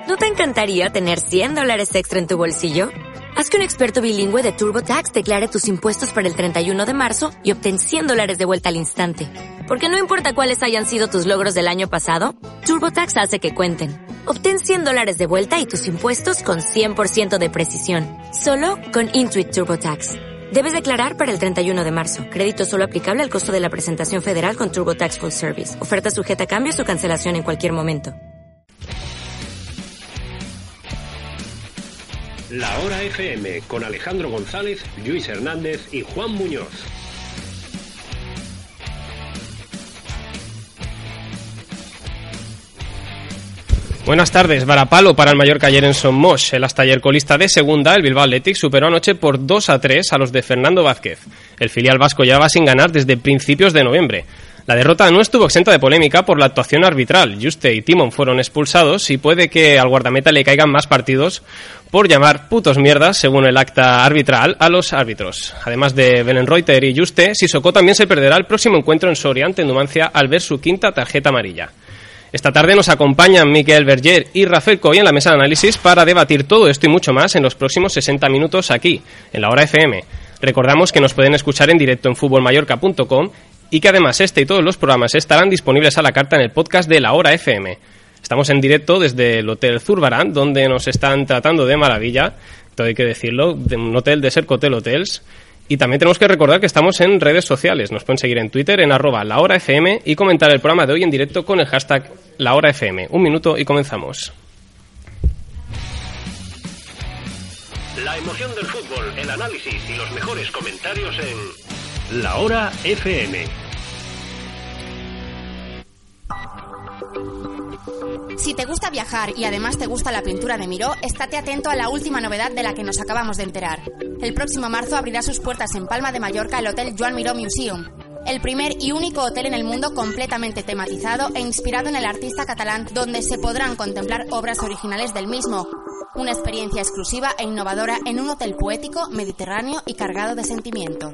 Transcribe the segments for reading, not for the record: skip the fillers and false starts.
¿No te encantaría tener $100 extra en tu bolsillo? Haz que un experto bilingüe de TurboTax declare tus impuestos para el 31 de marzo y obtén $100 de vuelta al instante. Porque no importa cuáles hayan sido tus logros del año pasado, TurboTax hace que cuenten. Obtén $100 de vuelta y tus impuestos con 100% de precisión. Solo con Intuit TurboTax. Debes declarar para el 31 de marzo. Crédito solo aplicable al costo de la presentación federal con TurboTax Full Service. Oferta sujeta a cambios o cancelación en cualquier momento. La Hora FM con Alejandro González, Luis Hernández y Juan Muñoz. Buenas tardes. Varapalo para el Mallorca ayer en Son Moix. El hasta ayer colista de segunda, el Bilbao Athletic, superó anoche por 2-3 a los de Fernando Vázquez. El filial vasco llevaba sin ganar desde principios de noviembre. La derrota no estuvo exenta de polémica por la actuación arbitral. Juste y Timon fueron expulsados y puede que al guardameta le caigan más partidos por llamar putos mierdas, según el acta arbitral, a los árbitros. Además de Belenreuter y Juste, Sissoko también se perderá el próximo encuentro en Soria ante Numancia al ver su quinta tarjeta amarilla. Esta tarde nos acompañan Miquel Berger y Rafael Coy en la mesa de análisis para debatir todo esto y mucho más en los próximos 60 minutos aquí, en la Hora FM. Recordamos que nos pueden escuchar en directo en futbolmallorca.com y que además este y todos los programas estarán disponibles a la carta en el podcast de la Hora FM. Estamos en directo desde el Hotel Zurbarán, donde nos están tratando de maravilla, todo hay que decirlo, de un hotel de Sercotel Hotels. Y también tenemos que recordar que estamos en redes sociales. Nos pueden seguir en Twitter en @lahorafm y comentar el programa de hoy en directo con el hashtag LaHoraFM. 1 minuto y comenzamos. La emoción del fútbol, el análisis y los mejores comentarios en La Hora FM. Si te gusta viajar y además te gusta la pintura de Miró, estate atento a la última novedad de la que nos acabamos de enterar. El próximo marzo abrirá sus puertas en Palma de Mallorca el Hotel Joan Miró Museum, el primer y único hotel en el mundo completamente tematizado e inspirado en el artista catalán, donde se podrán contemplar obras originales del mismo. Una experiencia exclusiva e innovadora en un hotel poético, mediterráneo y cargado de sentimientos.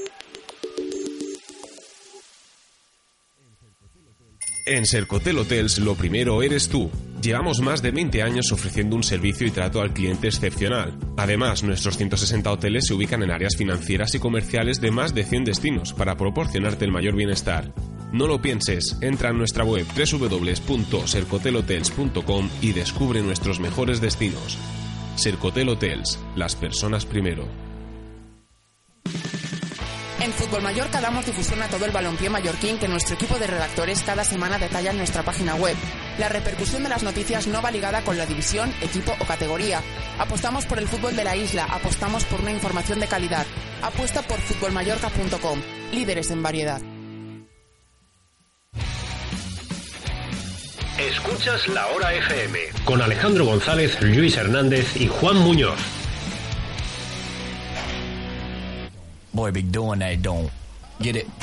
En Sercotel Hotels lo primero eres tú. Llevamos más de 20 años ofreciendo un servicio y trato al cliente excepcional. Además, nuestros 160 hoteles se ubican en áreas financieras y comerciales de más de 100 destinos para proporcionarte el mayor bienestar. No lo pienses, entra en nuestra web www.sercotelhotels.com y descubre nuestros mejores destinos. Sercotel Hotels, las personas primero. En Fútbol Mallorca damos difusión a todo el balompié mallorquín que nuestro equipo de redactores cada semana detalla en nuestra página web. La repercusión de las noticias no va ligada con la división, equipo o categoría. Apostamos por el fútbol de la isla, apostamos por una información de calidad. Apuesta por futbolmallorca.com, líderes en variedad. Escuchas La Hora FM con Alejandro González, Luis Hernández y Juan Muñoz. Boy, be doing that, don't get it.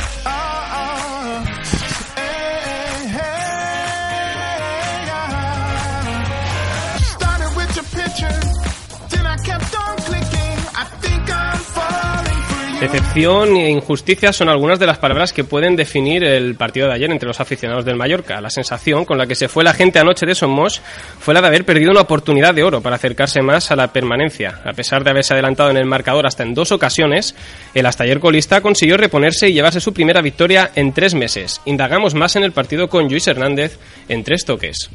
Started with your picture, then I kept on clicking. I think I'm falling for you. Decepción e injusticia son algunas de las palabras que pueden definir el partido de ayer entre los aficionados del Mallorca. La sensación con la que se fue la gente anoche de Son Moix fue la de haber perdido una oportunidad de oro para acercarse más a la permanencia. A pesar de haberse adelantado en el marcador hasta en 2 ocasiones, el hasta ayer colista consiguió reponerse y llevarse su primera victoria en 3 meses. Indagamos más en el partido con Luis Hernández en 3 toques.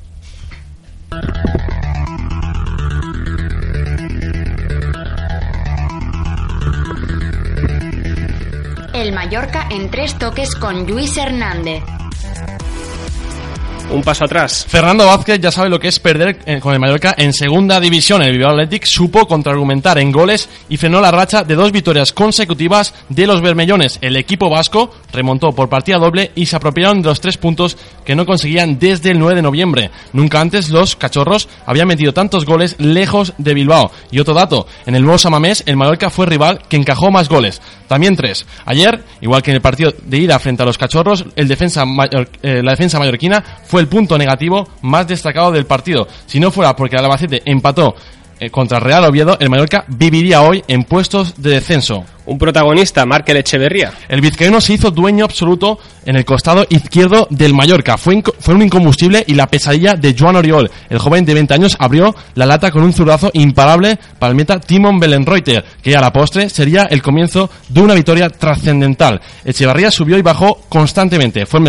El Mallorca en 3 toques con Luis Hernández. Un paso atrás. Fernando Vázquez ya sabe lo que es perder con el Mallorca en segunda división. El Bilbao Athletic supo contraargumentar en goles y frenó la racha de 2 victorias consecutivas de los bermellones. El equipo vasco remontó por partida doble y se apropiaron de los 3 puntos que no conseguían desde el 9 de noviembre. Nunca antes los cachorros habían metido tantos goles lejos de Bilbao. Y otro dato, en el nuevo San Mamés el Mallorca fue rival que encajó más goles, también 3. Ayer, igual que en el partido de ida frente a los cachorros, la defensa mallorquina fue el punto negativo más destacado del partido. Si no fuera porque el Albacete empató contra el Real Oviedo, el Mallorca viviría hoy en puestos de descenso. Un protagonista, Markel Echeverría. El vizcaíno se hizo dueño absoluto en el costado izquierdo del Mallorca. Fue un incombustible y la pesadilla de Joan Oriol. El joven de 20 años abrió la lata con un zurdazo imparable para el meta Timon Belenreuter, que a la postre sería el comienzo de una victoria trascendental. Echeverría subió y bajó constantemente. Fue el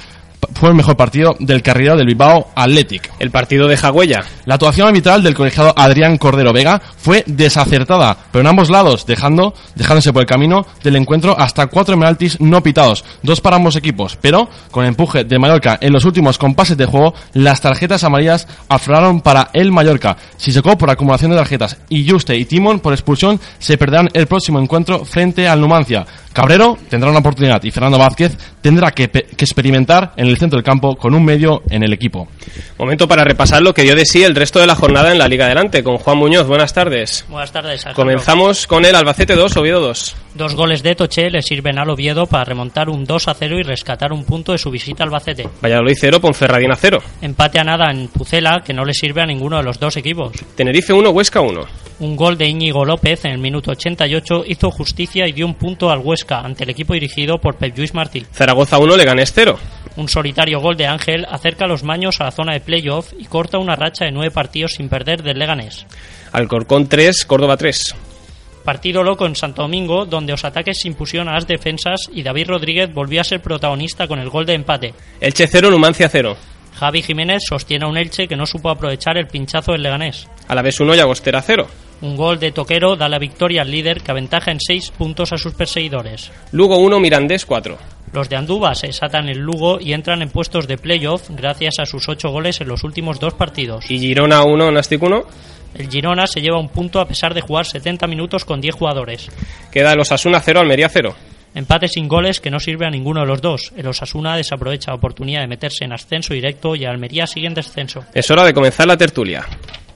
mejor partido del carrilero del Bilbao Athletic. El partido de Jagüella. La actuación arbitral del colegiado Adrián Cordero Vega fue desacertada, pero en ambos lados, dejándose por el camino del encuentro hasta 4 penaltis no pitados, 2 para ambos equipos, pero con el empuje de Mallorca en los últimos compases de juego, las tarjetas amarillas afloraron para el Mallorca. Sissoko por acumulación de tarjetas y Juste y Timon por expulsión se perderán el próximo encuentro frente al Numancia. Cabrero tendrá una oportunidad y Fernando Vázquez tendrá que experimentar en el centro del campo con un medio en el equipo. Momento para repasar lo que dio de sí el resto de la jornada en la Liga Adelante con Juan Muñoz. Buenas tardes. Buenas tardes, Alejandro. Comenzamos con el Albacete 2, Oviedo 2. 2 goles de Toché le sirven al Oviedo para remontar un 2-0 y rescatar un punto de su visita al Albacete. Valladolid 0, Ponferradina 0. Empate a nada en Pucela, que no le sirve a ninguno de los dos equipos. Tenerife 1, Huesca 1. Un gol de Íñigo López en el minuto 88 hizo justicia y dio un punto al Huesca ante el equipo dirigido por Pep Lluís Martí. Zaragoza 1, Leganés 0. Un solitario gol de Ángel acerca a los maños a la zona de playoff y corta una racha de 9 partidos sin perder del Leganés. Alcorcón 3, Córdoba 3. Partido loco en Santo Domingo, donde los ataques se impusieron a las defensas y David Rodríguez volvió a ser protagonista con el gol de empate. Elche 0, Numancia 0. Javi Jiménez sostiene a un Elche que no supo aprovechar el pinchazo del Leganés. Alavés 1, Llagostera 0. Un gol de Toquero da la victoria al líder, que aventaja en 6 puntos a sus perseguidores. Lugo 1, Mirandés 4. Los de Andúba se desatan en Lugo y entran en puestos de playoff gracias a sus 8 goles en los últimos 2 partidos. ¿Y Girona 1, Nàstic 1? El Girona se lleva un punto a pesar de jugar 70 minutos con 10 jugadores. Queda el Osasuna 0, Almería 0. Empate sin goles que no sirve a ninguno de los dos. El Osasuna desaprovecha la oportunidad de meterse en ascenso directo y el Almería sigue en descenso. Es hora de comenzar la tertulia.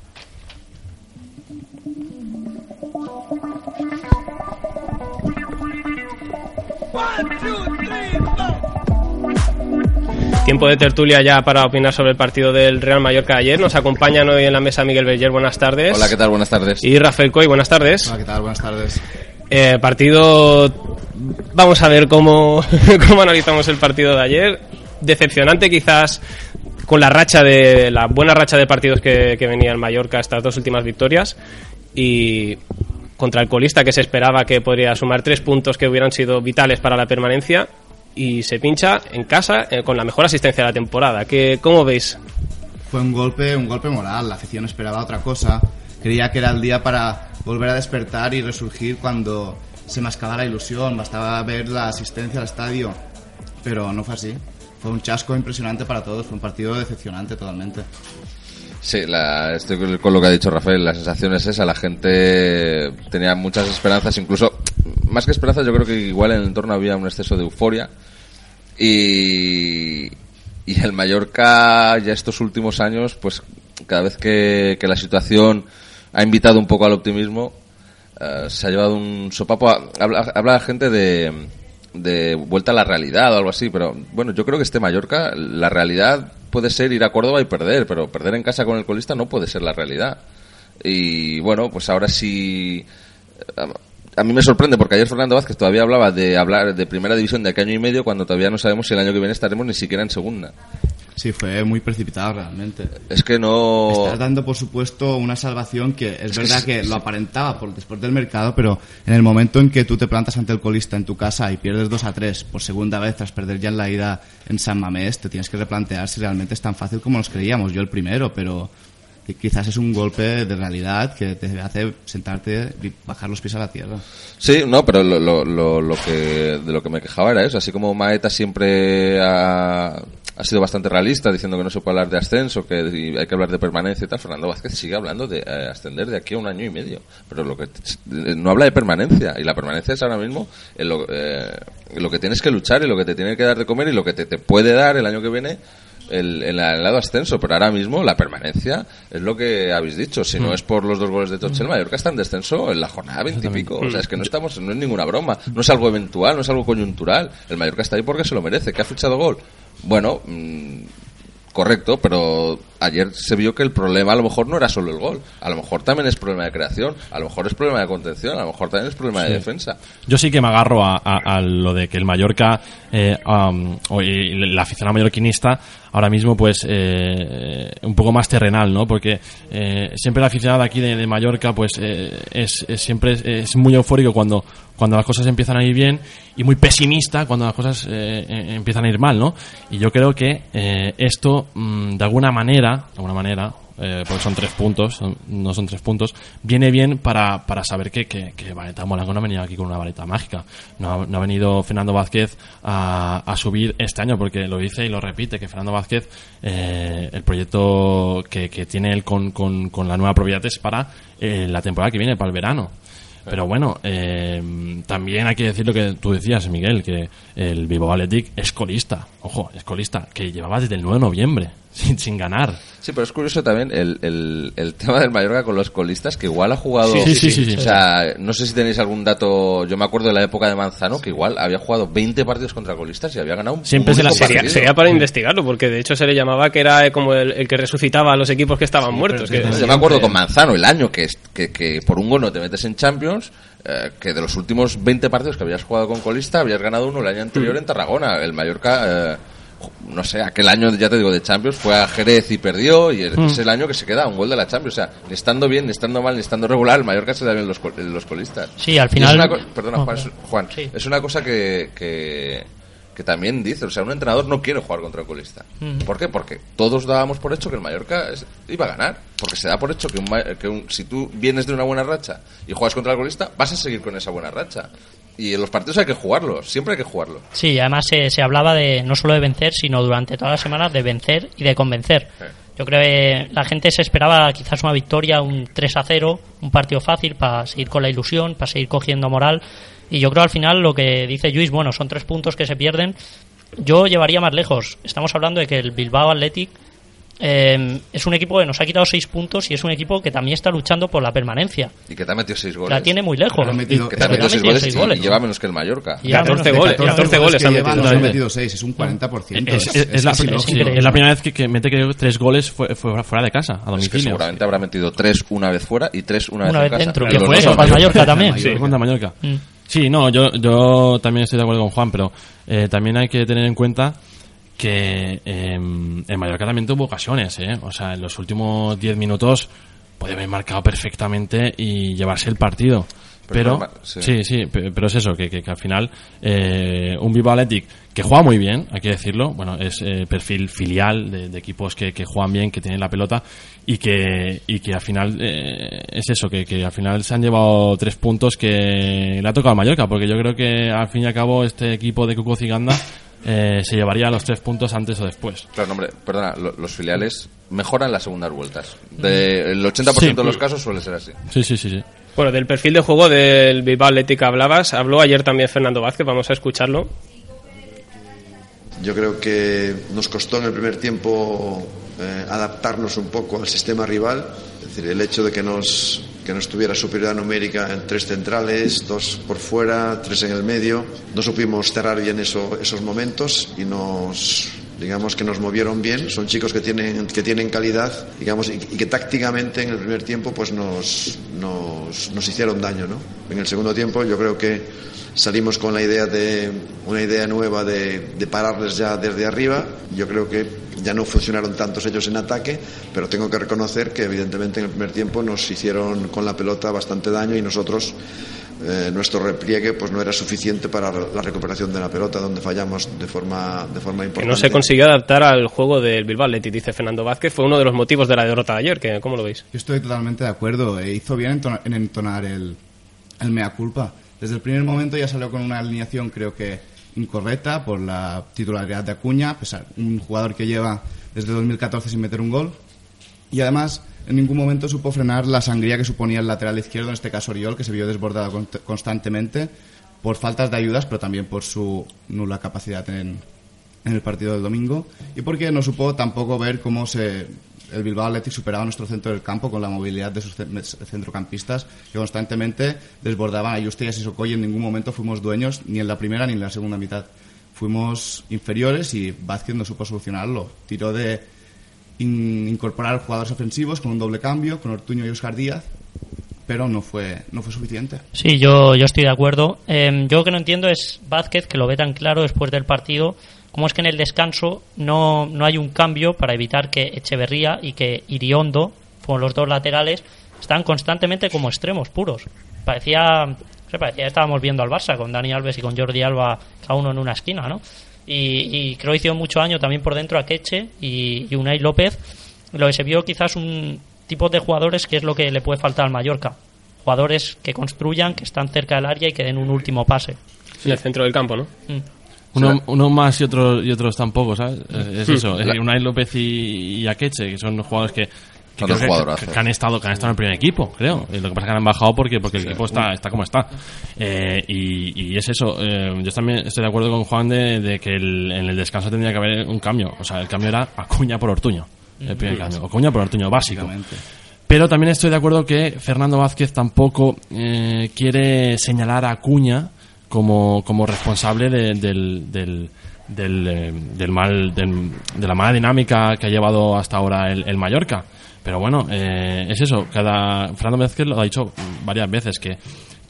Tiempo de tertulia ya para opinar sobre el partido del Real Mallorca de ayer. Nos acompañan hoy en la mesa Miguel Beller, buenas tardes. Hola, ¿qué tal? Buenas tardes. Y Rafael Coy, buenas tardes. Hola, ¿qué tal? Buenas tardes. Partido... Vamos a ver cómo analizamos el partido de ayer. Decepcionante quizás con la buena racha de partidos que venía el Mallorca, estas 2 últimas victorias. Y contra el colista, que se esperaba que podría sumar 3 puntos que hubieran sido vitales para la permanencia. Y se pincha en casa con la mejor asistencia de la temporada. ¿Cómo veis? Fue un golpe moral. La afición esperaba otra cosa. Creía que era el día para volver a despertar y resurgir cuando se mascaba la ilusión. Bastaba ver la asistencia al estadio, pero no fue así. Fue un chasco impresionante para todos. Fue un partido decepcionante totalmente. Sí, estoy con lo que ha dicho Rafael. La sensación es esa. La gente tenía muchas esperanzas, incluso más que esperanzas, yo creo que igual en el entorno había un exceso de euforia. Y el Mallorca ya estos últimos años, pues cada vez que la situación ha invitado un poco al optimismo, se ha llevado un sopapo. Habla la gente de vuelta a la realidad o algo así, pero bueno, yo creo que este Mallorca, la realidad puede ser ir a Córdoba y perder, pero perder en casa con el colista no puede ser la realidad. Y bueno, pues ahora sí... A mí me sorprende porque ayer Fernando Vázquez todavía hablaba de primera división de aquí a año y medio, cuando todavía no sabemos si el año que viene estaremos ni siquiera en segunda. Sí, fue muy precipitado realmente. Es que no... Estás dando, por supuesto, una salvación que es verdad que lo aparentaba después del mercado, pero en el momento en que tú te plantas ante el colista en tu casa y pierdes 2-3 por segunda vez tras perder ya en la ida en San Mamés, te tienes que replantear si realmente es tan fácil como nos creíamos. Yo el primero, pero quizás es un golpe de realidad que te hace sentarte y bajar los pies a la tierra. Sí, no, pero de lo que me quejaba era eso. Así como Maeta siempre ha sido bastante realista, diciendo que no se puede hablar de ascenso, que hay que hablar de permanencia y tal, Fernando Vázquez sigue hablando de ascender de aquí a 1 año y medio. Pero no habla de permanencia, y la permanencia es ahora mismo en lo que tienes que luchar y lo que te tiene que dar de comer y lo que te puede dar el año que viene el lado ascenso. Pero ahora mismo la permanencia es lo que habéis dicho. Si no es por los 2 goles de Toché, el Mallorca está en descenso en la jornada 20 y pico. O sea, es que no es ninguna broma, no es algo eventual, no es algo coyuntural. El Mallorca está ahí porque se lo merece. ¿Que ha fichado gol? Bueno, correcto, pero ayer se vio que el problema a lo mejor no era solo el gol, a lo mejor también es problema de creación, a lo mejor es problema de contención, a lo mejor también es problema de defensa. Yo sí que me agarro a lo de que el Mallorca o la aficionada mallorquinista ahora mismo pues un poco más terrenal, ¿no? Porque siempre la aficionada aquí de Mallorca pues siempre es muy eufórico cuando las cosas empiezan a ir bien y muy pesimista cuando las cosas empiezan a ir mal, ¿no? Y yo creo que esto de alguna manera porque son 3 puntos, no son 3 puntos, viene bien para saber que Vareta Molango no ha venido aquí con una vareta mágica, no ha venido Fernando Vázquez a subir este año, porque lo dice y lo repite, que Fernando Vázquez el proyecto que tiene él con la nueva propiedad es para la temporada que viene, para el verano. Pero bueno, también hay que decir lo que tú decías, Miguel, que el Bilbao Athletic es colista, que llevaba desde el 9 de noviembre sin ganar. Sí, pero es curioso también el tema del Mallorca con los colistas, que igual ha jugado... Sí. O sea, no sé si tenéis algún dato, yo me acuerdo de la época de Manzano, que igual había jugado 20 partidos contra colistas y había ganado un Siempre sería para investigarlo, porque de hecho se le llamaba que era como el que resucitaba a los equipos que estaban muertos. Yo me acuerdo con Manzano, el año que por un gol no te metes en Champions, que de los últimos 20 partidos que habías jugado con colista, habías ganado uno el año anterior en Tarragona. El Mallorca... no sé, aquel año, ya te digo, de Champions fue a Jerez y perdió, y es el año que se queda un gol de la Champions. O sea, ni estando bien, ni estando mal, ni estando regular, el Mallorca se da bien los colistas. Sí, al final... Perdona, Juan, sí. Es una cosa que también dice, o sea, un entrenador no quiere jugar contra un colista. ¿Por qué? Porque todos dábamos por hecho que el Mallorca iba a ganar, porque se da por hecho que si tú vienes de una buena racha y juegas contra el colista, vas a seguir con esa buena racha. Y en los partidos hay que jugarlos, siempre hay que jugarlos. Sí, además se hablaba de no solo de vencer, sino durante todas las semanas de vencer y de convencer. Yo creo que la gente se esperaba quizás una victoria, un 3-0, un partido fácil para seguir con la ilusión, para seguir cogiendo moral. Y yo creo al final lo que dice Lluís, bueno, son 3 puntos que se pierden. Yo llevaría más lejos. Estamos hablando de que el Bilbao Athletic es un equipo que nos ha quitado 6 puntos y es un equipo que también está luchando por la permanencia. Y que te ha metido 6 goles. La tiene muy lejos. Que te ha metido 6 goles y lleva menos que el Mallorca. 14 goles han metido. No han metido 6, es un 40%. Es la primera vez que mete 3 goles fuera de casa, a domicilio. Es que seguramente habrá metido 3 una vez fuera y 3 una vez en casa. Dentro. Que fue eso, para el Mallorca también. Sí, contra Mallorca. Sí, no, yo también estoy de acuerdo con Juan, pero también hay que tener en cuenta que el Mallorca también tuvo ocasiones, o sea, en los últimos 10 minutos podía haber marcado perfectamente y llevarse el partido. Pero pero es eso, que al final un Bilbao Athletic que juega muy bien, hay que decirlo, bueno, es perfil filial de equipos que juegan bien, que tienen la pelota y que al final es eso, que al final se han llevado 3 puntos que le ha tocado al Mallorca, porque yo creo que al fin y al cabo este equipo de Cuco Ciganda se llevaría los 3 puntos antes o después. Claro, hombre, perdona, los filiales mejoran las segundas vueltas. El 80% de los casos suele ser así. Sí. Bueno, del perfil de juego del Bilbao Athletic habló ayer también Fernando Vázquez, vamos a escucharlo. Yo creo que nos costó en el primer tiempo adaptarnos un poco al sistema rival, es decir, el hecho de que nos tuviera superioridad numérica en 3 centrales, 2 por fuera, 3 en el medio. No supimos cerrar bien esos momentos y digamos que nos movieron bien. Son chicos que tienen calidad, digamos, y que tácticamente en el primer tiempo pues nos hicieron daño, ¿no? En el segundo tiempo yo creo que salimos con una idea nueva de pararles ya desde arriba. Yo creo que ya no funcionaron tantos ellos en ataque, pero tengo que reconocer que evidentemente en el primer tiempo nos hicieron con la pelota bastante daño y nosotros nuestro repliegue pues no era suficiente para la recuperación de la pelota, donde fallamos de forma importante. Que no se consiguió adaptar al juego del Bilbao Athletic, dice Fernando Vázquez, fue uno de los motivos de la derrota de ayer. ¿Cómo lo veis? Yo estoy totalmente de acuerdo. Hizo bien en entonar el mea culpa. Desde el primer momento ya salió con una alineación creo que incorrecta por la titularidad de Acuña, un jugador que lleva desde 2014 sin meter un gol, y además en ningún momento supo frenar la sangría que suponía el lateral izquierdo, en este caso Oriol, que se vio desbordado constantemente por faltas de ayudas, pero también por su nula capacidad en el partido del domingo, y porque no supo tampoco ver cómo el Bilbao Athletic superaba nuestro centro del campo con la movilidad de sus centrocampistas, que constantemente desbordaban a Yuste y a Sissoko, y en ningún momento fuimos dueños ni en la primera ni en la segunda mitad. Fuimos inferiores y Vázquez no supo solucionarlo. Tiró de incorporar jugadores ofensivos con un doble cambio, con Ortuño y Óscar Díaz, pero no fue suficiente. Sí, yo estoy de acuerdo. Yo lo que no entiendo es Vázquez, que lo ve tan claro después del partido, cómo es que en el descanso no hay un cambio para evitar que Echeverría y que Iriondo, con los dos laterales, están constantemente como extremos puros. Parecía que estábamos viendo al Barça con Dani Alves y con Jordi Alba, cada uno en una esquina, ¿no? Y creo que hizo mucho daño también por dentro a Keche y Unai López. Lo que se vio quizás un tipo de jugadores que es lo que le puede faltar al Mallorca. Jugadores que construyan, que están cerca del área y que den un último pase. En el centro del campo, ¿no? Uno más y otros tampoco, ¿sabes? Es eso. Unai López y Akeche, que son los jugadores que han estado en el primer equipo, creo. Y lo que pasa es que han bajado porque el equipo está como está. Y es eso. Yo también estoy de acuerdo con Juan de que en el descanso tendría que haber un cambio. O sea, el cambio era Acuña por Ortuño. El primer cambio. Acuña por Ortuño, básico. Pero también estoy de acuerdo que Fernando Vázquez tampoco quiere señalar a Acuña como responsable de la mala dinámica que ha llevado hasta ahora el Mallorca. Pero bueno, es eso. Fernando Vázquez lo ha dicho varias veces que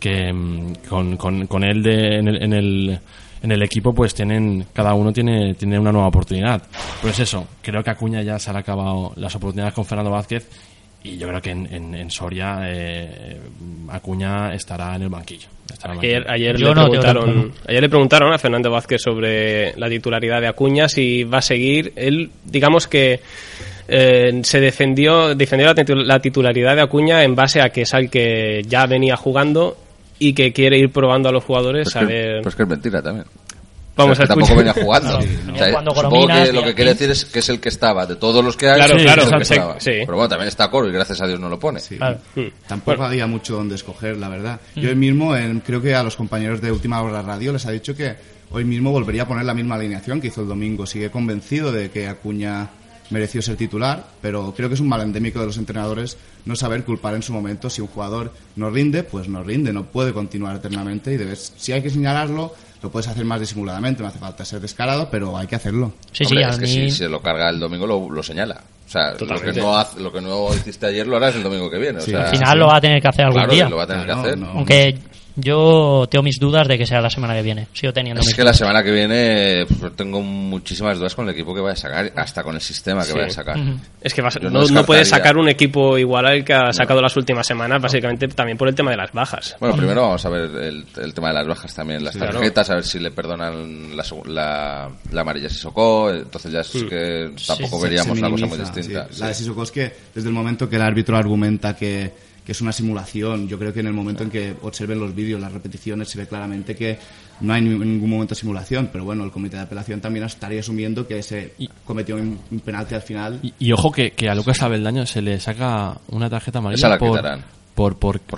con él en el equipo pues cada uno tiene una nueva oportunidad. Pues eso, creo que Acuña ya se han acabado las oportunidades con Fernando Vázquez y yo creo que en Soria Acuña estará en el banquillo. Ayer le preguntaron a Fernando Vázquez sobre la titularidad de Acuña, si va a seguir. Él, digamos que se defendió la titularidad de Acuña en base a que es al que ya venía jugando y que quiere ir probando a los jugadores a ver. Pues que es mentira también. Vamos a escuchar. Tampoco venía jugando. Supongo que lo que quiere decir es que es el que estaba de todos los que hay. Claro. Pero bueno, también está Coro y gracias a Dios no lo pone. Tampoco había mucho donde escoger, la verdad. Yo hoy mismo creo que a los compañeros de Última Hora Radio les ha dicho que hoy mismo volvería a poner la misma alineación que hizo el domingo. Sigue convencido de que Acuña mereció ser titular, pero creo que es un mal endémico de los entrenadores no saber culpar en su momento. Si un jugador no rinde, pues no rinde, no puede continuar eternamente y si hay que señalarlo, lo puedes hacer más disimuladamente, no hace falta ser descarado, pero hay que hacerlo. Hombre, es que si se lo carga el domingo lo señala. O sea, lo que no hiciste ayer lo harás el domingo que viene. O sea, al final lo va a tener que hacer algún día. Lo va a tener que hacer. Aunque yo tengo mis dudas de que sea la semana que viene. Sigo teniendo mis dudas. La semana que viene tengo muchísimas dudas con el equipo que vaya a sacar, hasta con el sistema que vaya a sacar. Es que no puedes sacar un equipo igual al que ha sacado las últimas semanas, básicamente también por el tema de las bajas. Bueno, primero vamos a ver el tema de las bajas también, las tarjetas, a ver si le perdonan la amarilla a Sissoko. Entonces ya es que tampoco veríamos una cosa muy distinta. La de Sissoko es que desde el momento que el árbitro argumenta que es una simulación, yo creo que en el momento en que observen los vídeos, las repeticiones, se ve claramente que no hay en ningún momento simulación, pero bueno, el comité de apelación también estaría asumiendo que se cometió un penalti al final. Y ojo que a Lucas Abeldaño se le saca una tarjeta amarilla. Esa la quitarán. Por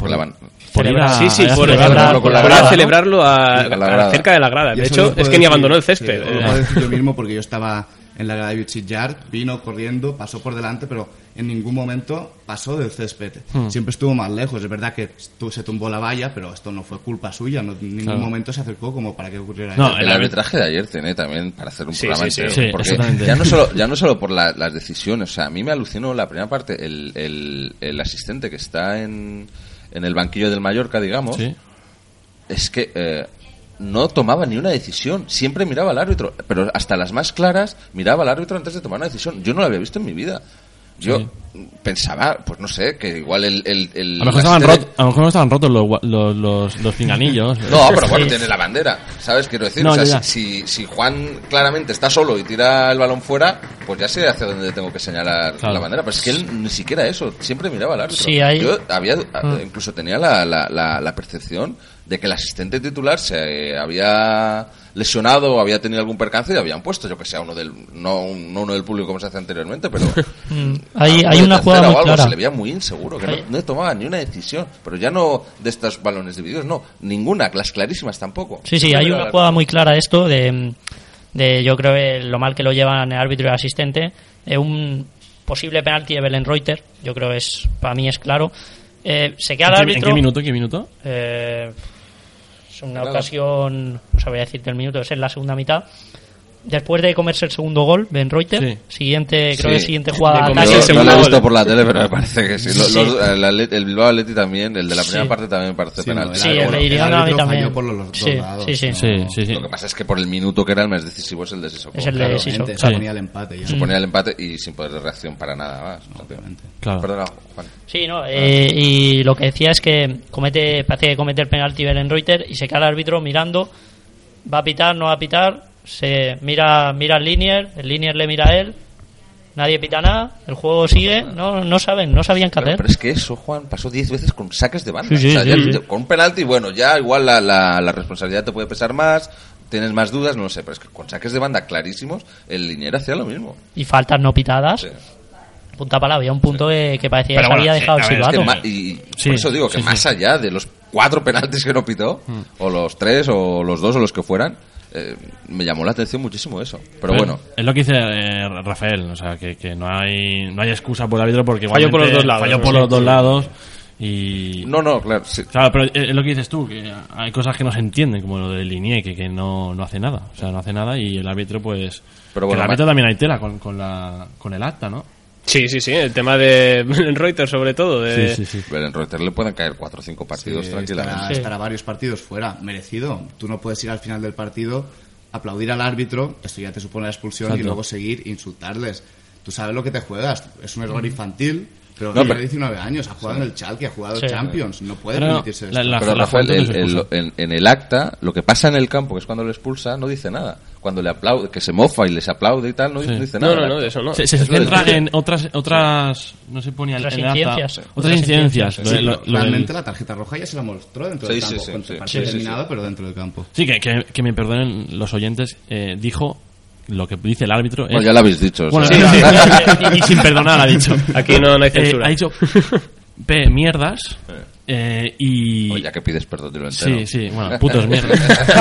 celebrarlo cerca de la grada. De hecho, es que ni abandonó el césped. Lo puedo decir yo mismo porque yo estaba en la grada de Butchit Yard, vino corriendo, pasó por delante, pero en ningún momento pasó del césped. Siempre estuvo más lejos. Es verdad que se tumbó la valla, pero esto no fue culpa suya. En ningún momento se acercó como para que ocurriera eso. El arbitraje de ayer tiene también para hacer un programa entero. Porque ya no solo por las decisiones. O sea, a mí me alucinó la primera parte. El asistente que está en el banquillo del Mallorca, digamos, es que no tomaba ni una decisión, siempre miraba al árbitro, pero hasta las más claras miraba al árbitro antes de tomar una decisión. Yo no lo había visto en mi vida. Yo pensaba, pues no sé, que igual a lo mejor no estaban rotos los pinganillos. No, pero bueno, tiene la bandera, ¿sabes? Quiero decir, si Juan claramente está solo y tira el balón fuera, pues ya sé hacia dónde tengo que señalar la bandera. Pero es que él ni siquiera eso, siempre miraba al árbitro. Yo incluso tenía la percepción de que el asistente titular se había lesionado o había tenido algún percance y habían puesto, yo que sé, uno del público como se hace anteriormente, pero hay una jugada muy clara. Se le veía muy inseguro, que no tomaba ni una decisión, pero ya no de estos balones divididos, no, ninguna, las clarísimas tampoco. Sí, hay una jugada muy clara esto de yo creo lo mal que lo llevan el árbitro y el asistente, un posible penalti de Belén Reuter, yo creo para mí es claro. Se queda el árbitro. ¿En qué minuto? Es una ocasión, no sabría decirte el minuto, es en la segunda mitad. después de comerse el segundo gol, Ben Reuter, siguiente jugada de ataque. No lo he visto por la tele, pero me parece que sí. El Bilbao Athletic también, el de la primera parte también me parece penalti. Sí, el de Irigoyen a mí también. Por los dos lados. Sí. Lo que pasa es que por el minuto que era el más decisivo es el de Sissoko. Es el de Sissoko. Suponía el empate ya. Suponía el empate y sin poder de reacción para nada más. Obviamente. Claro. Perdona, Juan. Sí, no, y lo que decía es que parece que comete el penalti Ben Reuter y se queda el árbitro mirando, va a pitar, no va a pitar, se mira al Linier, el Linier le mira a él, nadie pita nada, el juego sigue, no sabían qué hacer. Pero es que eso, Juan, pasó 10 veces con saques de banda. Sí. Con un penalti, bueno, ya igual la responsabilidad te puede pesar más, tienes más dudas, no lo sé, pero es que con saques de banda clarísimos, el Linier hacía lo mismo. Y faltas no pitadas. Punta para, había un punto que parecía que se había dejado el silbato. Por eso digo que más allá de los 4 penaltis que no pitó, o los 3, o los 2, o los que fueran, me llamó la atención muchísimo eso. Pero bueno. Es lo que dice Rafael, o sea, que no hay excusa por el árbitro porque falló por los dos lados. Falló por los dos lados. Y... No, claro, sí. Claro, pero es lo que dices tú, que hay cosas que no se entienden, como lo del Linier, que no hace nada. O sea, no hace nada y el árbitro, pues... Pero bueno, el árbitro también hay tela con el acta, ¿no? Sí, el tema de Ben Reuter sobre todo. Sí. Ben Reuter le pueden caer 4 o 5 partidos tranquilamente. Estará varios partidos fuera, merecido. Tú no puedes ir al final del partido, aplaudir al árbitro, esto ya te supone la expulsión. Exacto. Y luego seguir insultarles. Tú sabes lo que te juegas, es un error infantil. Pero tiene 19 años, ha jugado en el Schalke, ha jugado Champions, no puede permitirse esto. Pero Rafael, en el acta, lo que pasa en el campo, que es cuando le expulsa, no dice nada. Cuando le aplaude, que se mofa y les aplaude y tal, no dice nada. No, eso no. Se centra en otras no se ponía otras en incidencias. Acta, otras incidencias. Realmente la tarjeta roja ya se la mostró dentro del campo, con el partido terminado, pero dentro del campo. Sí, que me perdonen los oyentes, dijo... Lo que dice el árbitro es... Bueno, ya lo habéis dicho. Bueno, y sin perdonar ha dicho. Aquí no hay censura. Ha dicho mierdas y... Oye, ya que pides perdón, te lo entero. Sí, bueno, putos mierdas.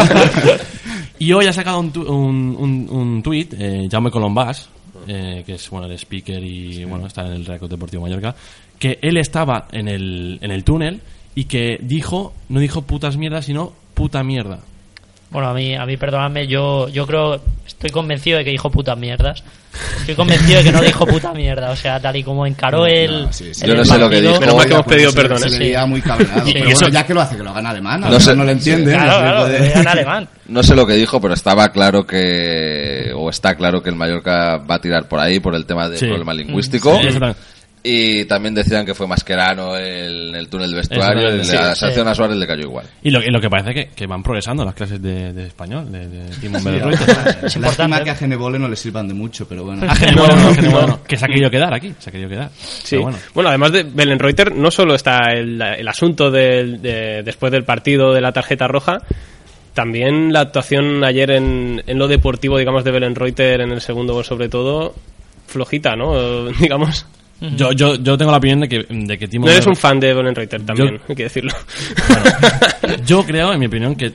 Y hoy ha sacado un tuit, Jaume Colombás, que es el speaker y está en el Real Club Deportivo Mallorca, que él estaba en el túnel y que no dijo putas mierdas, sino puta mierda. Bueno, a mí perdonadme, yo creo, estoy convencido de que dijo putas mierdas. Estoy convencido de que no dijo puta mierda, o sea, tal y como encaró yo no sé lo que dijo. Menos mal que hemos pedido perdón. Se veía muy cabreado. Sí. Pero bueno, ya que lo hace, que lo haga en alemán. No sé, no lo entiende. Claro, en alemán. No sé lo que dijo, pero está claro que el Mallorca va a tirar por ahí por el tema del problema lingüístico. Y también decían que fue Mascherano en el túnel de vestuario, la sanción a Suárez le cayó igual. Y lo que parece que van progresando las clases de español de Timón Reuter. Es importante que a Genebole no le sirvan de mucho, pero bueno. A Genebole no, que se ha querido quedar aquí, Sí. Bueno, además de Ben Reuter, no solo está el asunto después del partido de la tarjeta roja, también la actuación ayer en lo deportivo, digamos, de Ben Reuter en el segundo gol sobre todo, flojita, ¿no? Digamos... Yo tengo la opinión de que Timo... No eres un fan de Ben Reuter también, hay que decirlo. Bueno, yo creo, en mi opinión, que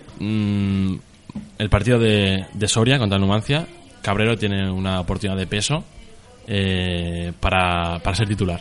el partido de Soria contra el Numancia, Cabrero tiene una oportunidad de peso para ser titular.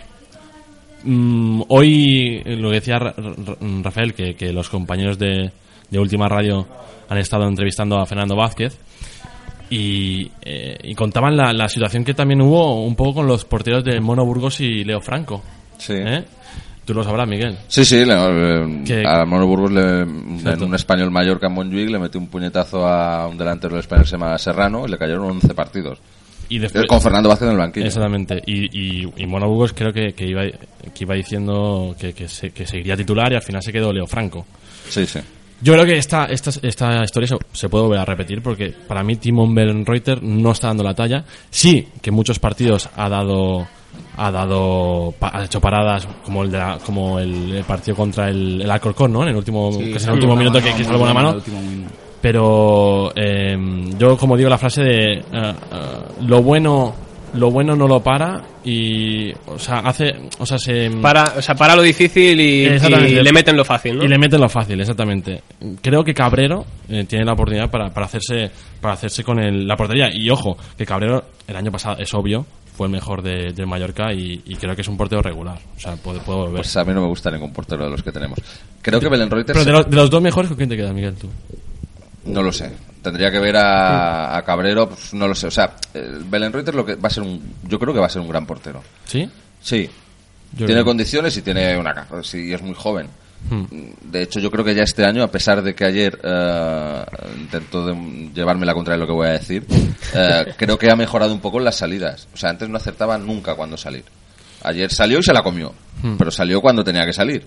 Hoy, lo que decía Rafael, que los compañeros de Última Radio han estado entrevistando a Fernando Vázquez, y contaban la situación que también hubo un poco con los porteros de Mono Burgos y Leo Franco. Sí. Tú lo sabrás, Miguel. Sí, a Mono Burgos en un español Mallorca en Montjuic le metió un puñetazo a un delantero del español que se llama Serrano y le cayeron 11 partidos. Y después, con Fernando Vázquez en el banquillo. Exactamente. Y Mono Burgos creo que iba diciendo que seguiría titular y al final se quedó Leo Franco. Sí. Yo creo que esta historia se puede volver a repetir porque para mí Timón Ben Reuter no está dando la talla. Sí, que en muchos partidos ha hecho paradas como el partido contra el Alcorcón, ¿no? En el último, que es el último minuto que salvó una mano. Pero yo, como digo la frase de lo bueno no lo para y para lo difícil y le meten lo fácil, ¿no? Y le meten lo fácil, exactamente. Creo que Cabrero tiene la oportunidad para hacerse con la portería. Y ojo, que Cabrero el año pasado, es obvio, fue el mejor del Mallorca y creo que es un portero regular. O sea, puede volver. Pues a mí no me gusta ningún portero de los que tenemos. Creo que Ben Reuter... Pero de los dos mejores, ¿con quién te queda, Miguel, tú? No lo sé. Tendría que ver a Cabrero, pues, no lo sé. O sea, Belenreuter yo creo que va a ser un gran portero. ¿Sí? Sí. Tiene condiciones y tiene sí, es muy joven. De hecho, yo creo que ya este año, a pesar de que ayer intento llevarme la contraria de lo que voy a decir, creo que ha mejorado un poco en las salidas. O sea, antes no acertaba nunca cuando salir. Ayer salió y se la comió, pero salió cuando tenía que salir.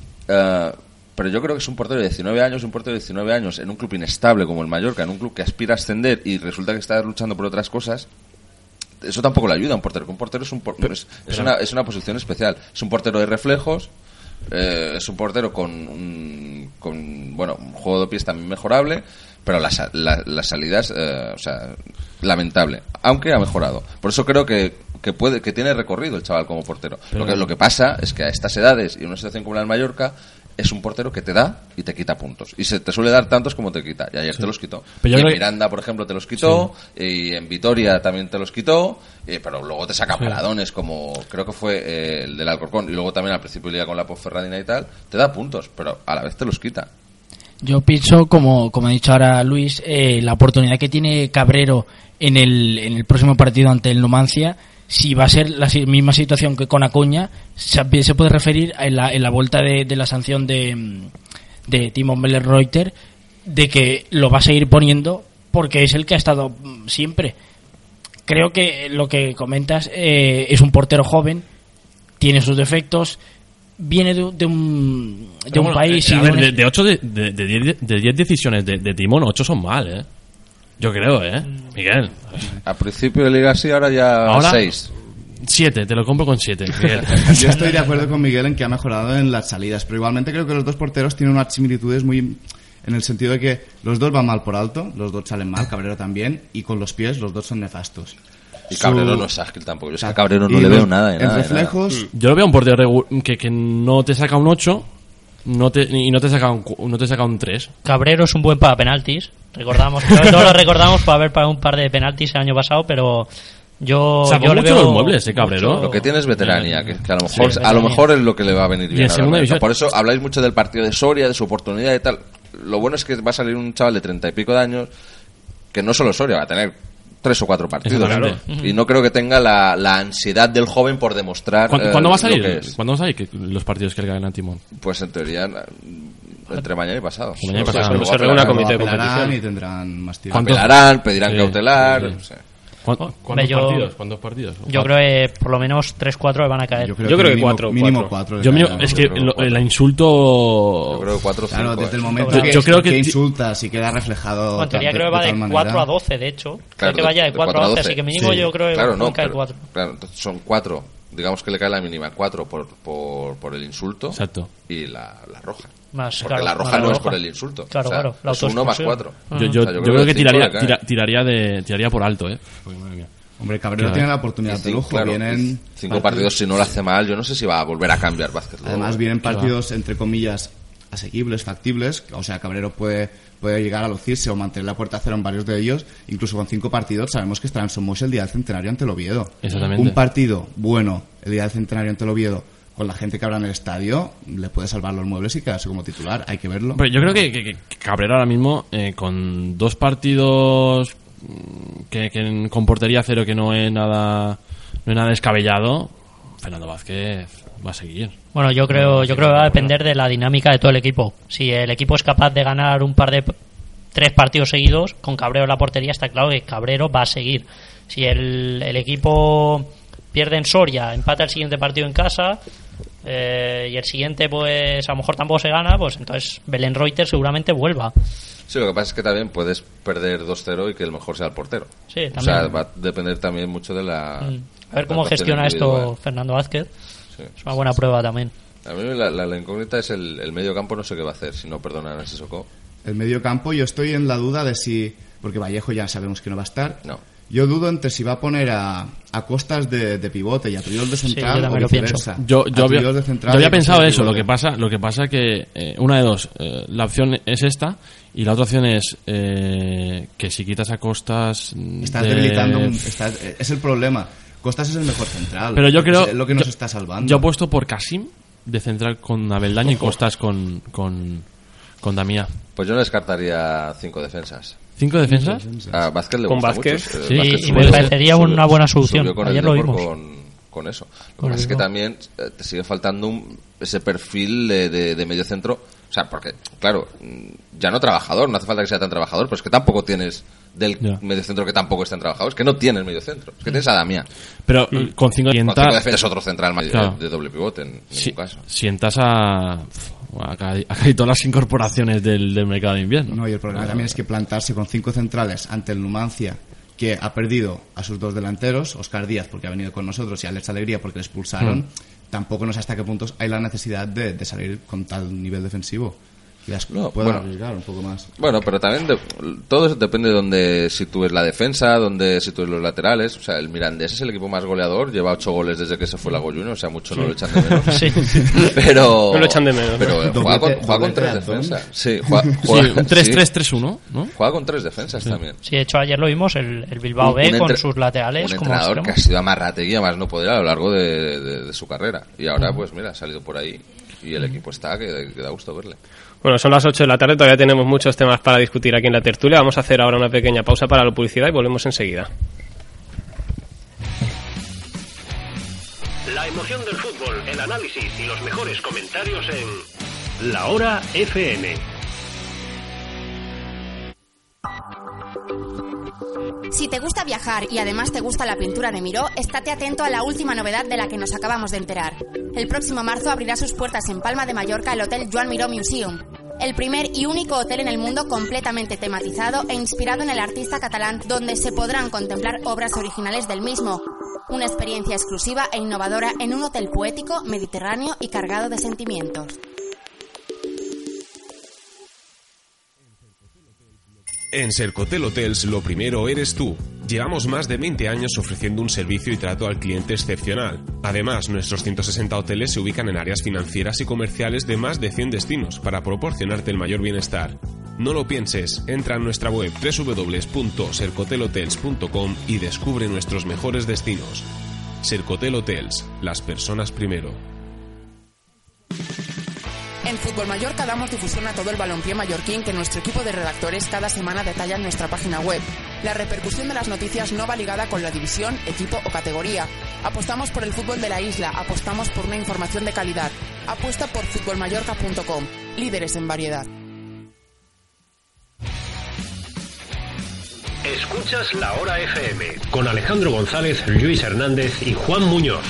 Pero yo creo que es un portero de 19 años, en un club inestable como el Mallorca, en un club que aspira a ascender y resulta que está luchando por otras cosas. Eso tampoco le ayuda a un portero, que un portero es una posición especial. Es un portero de reflejos, es un portero con un juego de pies también mejorable, pero las salidas, lamentable, aunque ha mejorado. Por eso creo que tiene recorrido el chaval como portero. Lo que pasa es que a estas edades y en una situación como la del Mallorca, es un portero que te da y te quita puntos. Y se te suele dar tantos como te quita. Y ayer te los quitó. Y en Miranda, por ejemplo, te los quitó. Sí. Y en Vitoria también te los quitó. Pero luego te saca paradones, como creo que fue el del Alcorcón. Y luego también al principio liga con la Ponferradina y tal. Te da puntos, pero a la vez te los quita. Yo pienso, como ha dicho ahora Luis, la oportunidad que tiene Cabrero en el próximo partido ante el Numancia, si va a ser la misma situación que con Acuña, se puede referir en la vuelta de la sanción de Timo Belenreuter, de que lo va a seguir poniendo porque es el que ha estado siempre. Creo que lo que comentas es un portero joven, tiene sus defectos, viene de un país... de 8 de 10 decisiones de Timón, 8 son mal, Yo creo, Miguel. Al principio de Liga sí, ahora ya 6. 7, te lo compro con 7, Miguel. Yo estoy de acuerdo con Miguel en que ha mejorado en las salidas, pero igualmente creo que los dos porteros tienen unas similitudes muy... en el sentido de que los dos van mal por alto, los dos salen mal, Cabrero también, y con los pies los dos son nefastos. Y Cabrero no es ágil tampoco. Yo es que a Cabrero no le veo nada. En reflejos... Yo lo veo un portero que no te saca un 8... no te saca un 3. Cabrero es un buen para penaltis. Todos lo recordamos por haber pagado un par de penaltis el año pasado, pero yo le veo los muebles, Cabrero. Lo que tiene es veteranía, que a lo mejor es lo que le va a venir bien. Por eso habláis mucho del partido de Soria, de su oportunidad y tal. Lo bueno es que va a salir un chaval de 30 y pico de años, que no solo Soria, va a tener 3 o 4 partidos, claro. Y no creo que tenga la ansiedad del joven por demostrar. ¿Cuándo va a salir? ¿Cuándo va a salir los partidos que le ganan a Timón? Pues en teoría entre mañana y pasado. Se reúne una comité de competición y tendrán más tiempo. Apelarán, pedirán cautelar. Sí. No sé. ¿Cuántos partidos? Yo creo que por lo menos 3-4 van a caer. Yo creo que 4. Mínimo 4. Es que el insulto... Yo creo que 4 o 5. Claro, desde el momento que insulta, si queda reflejado... Bueno, en teoría creo que va de 4 a 12, de hecho. Creo que vaya de 4 a 12, así que mínimo yo creo que van a caer 4. Claro, entonces son 4. Digamos que le cae la mínima 4 por el insulto. Exacto. Y la roja. Porque la roja no es por el insulto. Claro, claro. Es 1 más 4. Yo creo que tiraría por alto, Hombre, Cabrero tiene la oportunidad de lujo. Claro, vienen 5 partidos, si no lo hace mal, yo no sé si va a volver a cambiar Vázquez. Además, vienen partidos, entre comillas, asequibles, factibles. O sea, Cabrero puede llegar a lucirse o mantener la puerta a cero en varios de ellos. Incluso con 5 partidos, sabemos que estará en Somos el día del centenario ante el Oviedo. Exactamente. Un partido bueno el día del centenario ante el Oviedo, con la gente que habrá en el estadio, le puede salvar los muebles y quedarse como titular. Hay que verlo. Pero yo creo que Cabrero ahora mismo, con 2 partidos que con portería cero, que no es nada descabellado, Fernando Vázquez va a seguir. Bueno, yo creo que va a depender de la dinámica de todo el equipo. Si el equipo es capaz de ganar 3 partidos seguidos con Cabrero en la portería, está claro que Cabrero va a seguir. Si el equipo pierde en Soria, empata el siguiente partido en casa, y el siguiente pues a lo mejor tampoco se gana, pues entonces Belenreuter seguramente vuelva. Sí, lo que pasa es que también puedes perder 2-0 y que el mejor sea el portero. Sí, también. O sea, va a depender también mucho de la... A ver cómo gestiona esto Fernando Vázquez. Sí. Es una buena prueba también. A mí la incógnita es el medio campo, no sé qué va a hacer si no perdonan a Sissoko. El medio campo, yo estoy en la duda de si... Porque Vallejo ya sabemos que no va a estar. No. Yo dudo entre si va a poner a Costas de pivote y a Triols de central o viceversa. Yo había pensado eso. Lo que pasa que una de dos, la opción es esta y la otra opción es que si quitas a Costas estás debilitando. Es el problema. Costas es el mejor central. Pero yo creo es lo que nos está salvando. Yo apuesto por Kasim de central con Abeldaño y Costas con Damià. Pues yo no descartaría 5 defensas. ¿5 defensas? A Vázquez le Con gusta Vázquez. mucho. Sí, Vázquez y me parecería una buena solución. Subió con Ayer el lo Depor vimos. con eso. Lo que pasa es que también te sigue faltando ese perfil de medio centro. O sea, porque, claro, ya no trabajador, no hace falta que sea tan trabajador, pero es que tampoco tienes del medio centro que tampoco es tan trabajador. Es que no tienes medio centro. Es que tienes a Damián. Pero con 5 defensas otro central más claro. de doble pivote en ningún caso. Sientas a casi todas las incorporaciones del mercado de invierno. No, y el problema también es que plantarse con 5 centrales ante el Numancia, que ha perdido a sus 2 delanteros, Óscar Díaz porque ha venido con nosotros y Alex Alegría porque le expulsaron, tampoco no sé hasta qué puntos hay la necesidad de salir con tal nivel defensivo. Puedo arriesgar un poco más. Bueno, pero también todo eso depende de donde sitúes la defensa, donde sitúes los laterales. O sea, el Mirandés es el equipo más goleador, lleva 8 goles desde que se fue Lago Junior, o sea, mucho no lo echan de menos. Sí. Pero no lo echan de menos. Pero juega con 3 defensas. Sí, juega un 3-3-3-1, ¿no? Juega con 3 defensas también. Sí, de hecho ayer lo vimos, el Bilbao B con sus laterales. Un como entrenador extremo. que ha sido amarrategui más no poder a lo largo de su carrera. Y ahora, pues mira, ha salido por ahí y el equipo está que da gusto verle. Bueno, son las 8 de la tarde, todavía tenemos muchos temas para discutir aquí en la tertulia. Vamos a hacer ahora una pequeña pausa para la publicidad y volvemos enseguida. La emoción del fútbol, el análisis y los mejores comentarios en La Hora FM. Si te gusta viajar y además te gusta la pintura de Miró, estate atento a la última novedad de la que nos acabamos de enterar. El próximo marzo abrirá sus puertas en Palma de Mallorca el Hotel Joan Miró Museum, el primer y único hotel en el mundo completamente tematizado e inspirado en el artista catalán, donde se podrán contemplar obras originales del mismo. Una experiencia exclusiva e innovadora en un hotel poético, mediterráneo y cargado de sentimientos. En Sercotel Hotels lo primero eres tú. Llevamos más de 20 años ofreciendo un servicio y trato al cliente excepcional. Además, nuestros 160 hoteles se ubican en áreas financieras y comerciales de más de 100 destinos para proporcionarte el mayor bienestar. No lo pienses, entra en nuestra web www.sercotelhotels.com y descubre nuestros mejores destinos. Sercotel Hotels, las personas primero. En Fútbol Mallorca damos difusión a todo el balompié mallorquín que nuestro equipo de redactores cada semana detalla en nuestra página web. La repercusión de las noticias no va ligada con la división, equipo o categoría. Apostamos por el fútbol de la isla, apostamos por una información de calidad. Apuesta por futbolmallorca.com, líderes en variedad. Escuchas La Hora FM con Alejandro González, Luis Hernández y Juan Muñoz.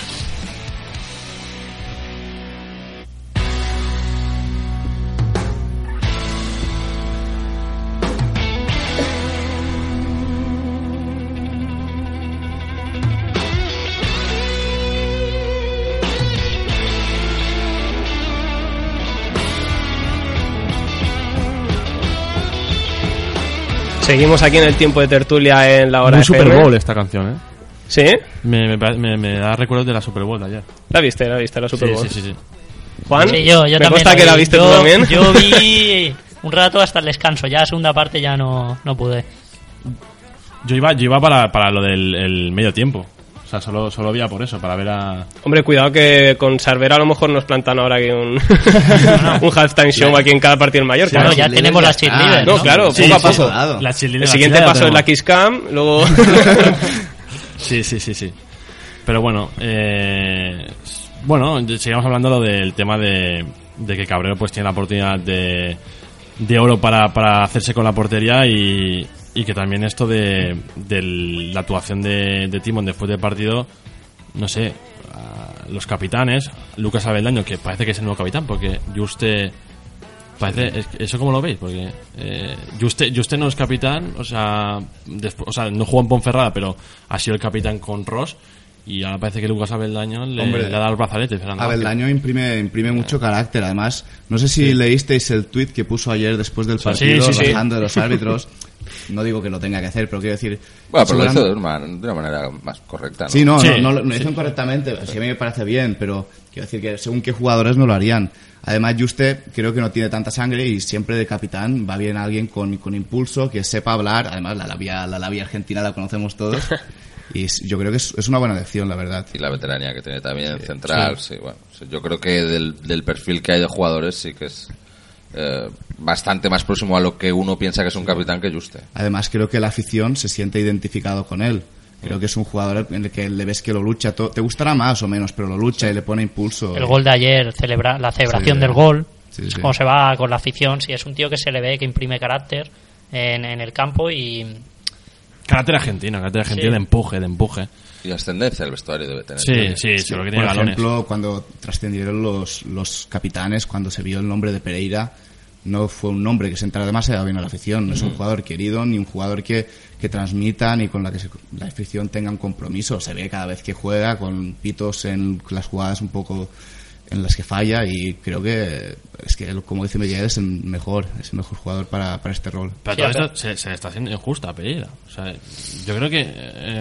Seguimos aquí en el tiempo de tertulia en La Hora Muy FM. Super Bowl esta canción, ¿eh? ¿Sí? Me da recuerdos de la Super Bowl de ayer. ¿La viste la Super Bowl? Sí. ¿Juan? Sí, yo ¿Me también consta que la viste tú también? Yo vi un rato hasta el descanso, ya la segunda parte ya no pude. Yo iba para lo del medio tiempo. O sea, solo había por eso, para ver a... Hombre, cuidado que con Cervera a lo mejor nos plantan ahora aquí un halftime show aquí en cada partido en Mallorca. Claro, ya tenemos las cheerleaders, ¿no? Claro, poco a poco. El siguiente paso es la Kiss Cam, luego... Sí. Pero bueno, seguimos hablando del tema de que Cabrero pues tiene la oportunidad de oro para hacerse con la portería y que también esto de la actuación de Timón después del partido, no sé, los capitanes, Lucas Abeldaño, que parece que es el nuevo capitán, porque Juste parece, ¿eso cómo lo veis? Porque Juste no es capitán, o sea, no jugó en Ponferrada, pero ha sido el capitán con Ross. Y ahora parece que Lucas Abeldaño le ha dado los brazaletes. Abeldaño imprime mucho carácter. Además, no sé si leísteis el tuit que puso ayer después del partido, rajando de los árbitros. No digo que lo tenga que hacer, pero quiero decir... Bueno, pero lo hizo de una manera más correcta, ¿no? Sí, no lo hizo correctamente. Sí, a mí me parece bien, pero quiero decir que según qué jugadores no lo harían. Además, Juste creo que no tiene tanta sangre y siempre de capitán va bien alguien con impulso, que sepa hablar. Además, la labia argentina la conocemos todos. Y yo creo que es una buena elección, la verdad. Y la veteranía que tiene también central, sí. Bueno, yo creo que del perfil que hay de jugadores sí que es bastante más próximo a lo que uno piensa que es un capitán que Juste. Además, creo que la afición se siente identificado con él. Creo que es un jugador en el que le ves que lo lucha. Te gustará más o menos, pero lo lucha y le pone impulso. El gol de ayer, la celebración del gol, cómo se va con la afición. Sí, es un tío que se le ve que imprime carácter en el campo y... Carácter argentino de empuje. Y ascendencia el vestuario debe tener. Sí, seguro que tiene Por galones. ejemplo, cuando trascendieron los capitanes, cuando se vio el nombre de Pereira, no fue un nombre que sentara demasiado bien a la afición. No es un jugador querido, ni un jugador que transmita, ni con la que la afición tenga un compromiso. Se ve cada vez que juega con pitos en las jugadas un poco en las que falla, y creo que es que, como dice Miguel, es el mejor jugador para este rol. Pero todo esto se está haciendo injusto a Pereira. O sea, yo creo que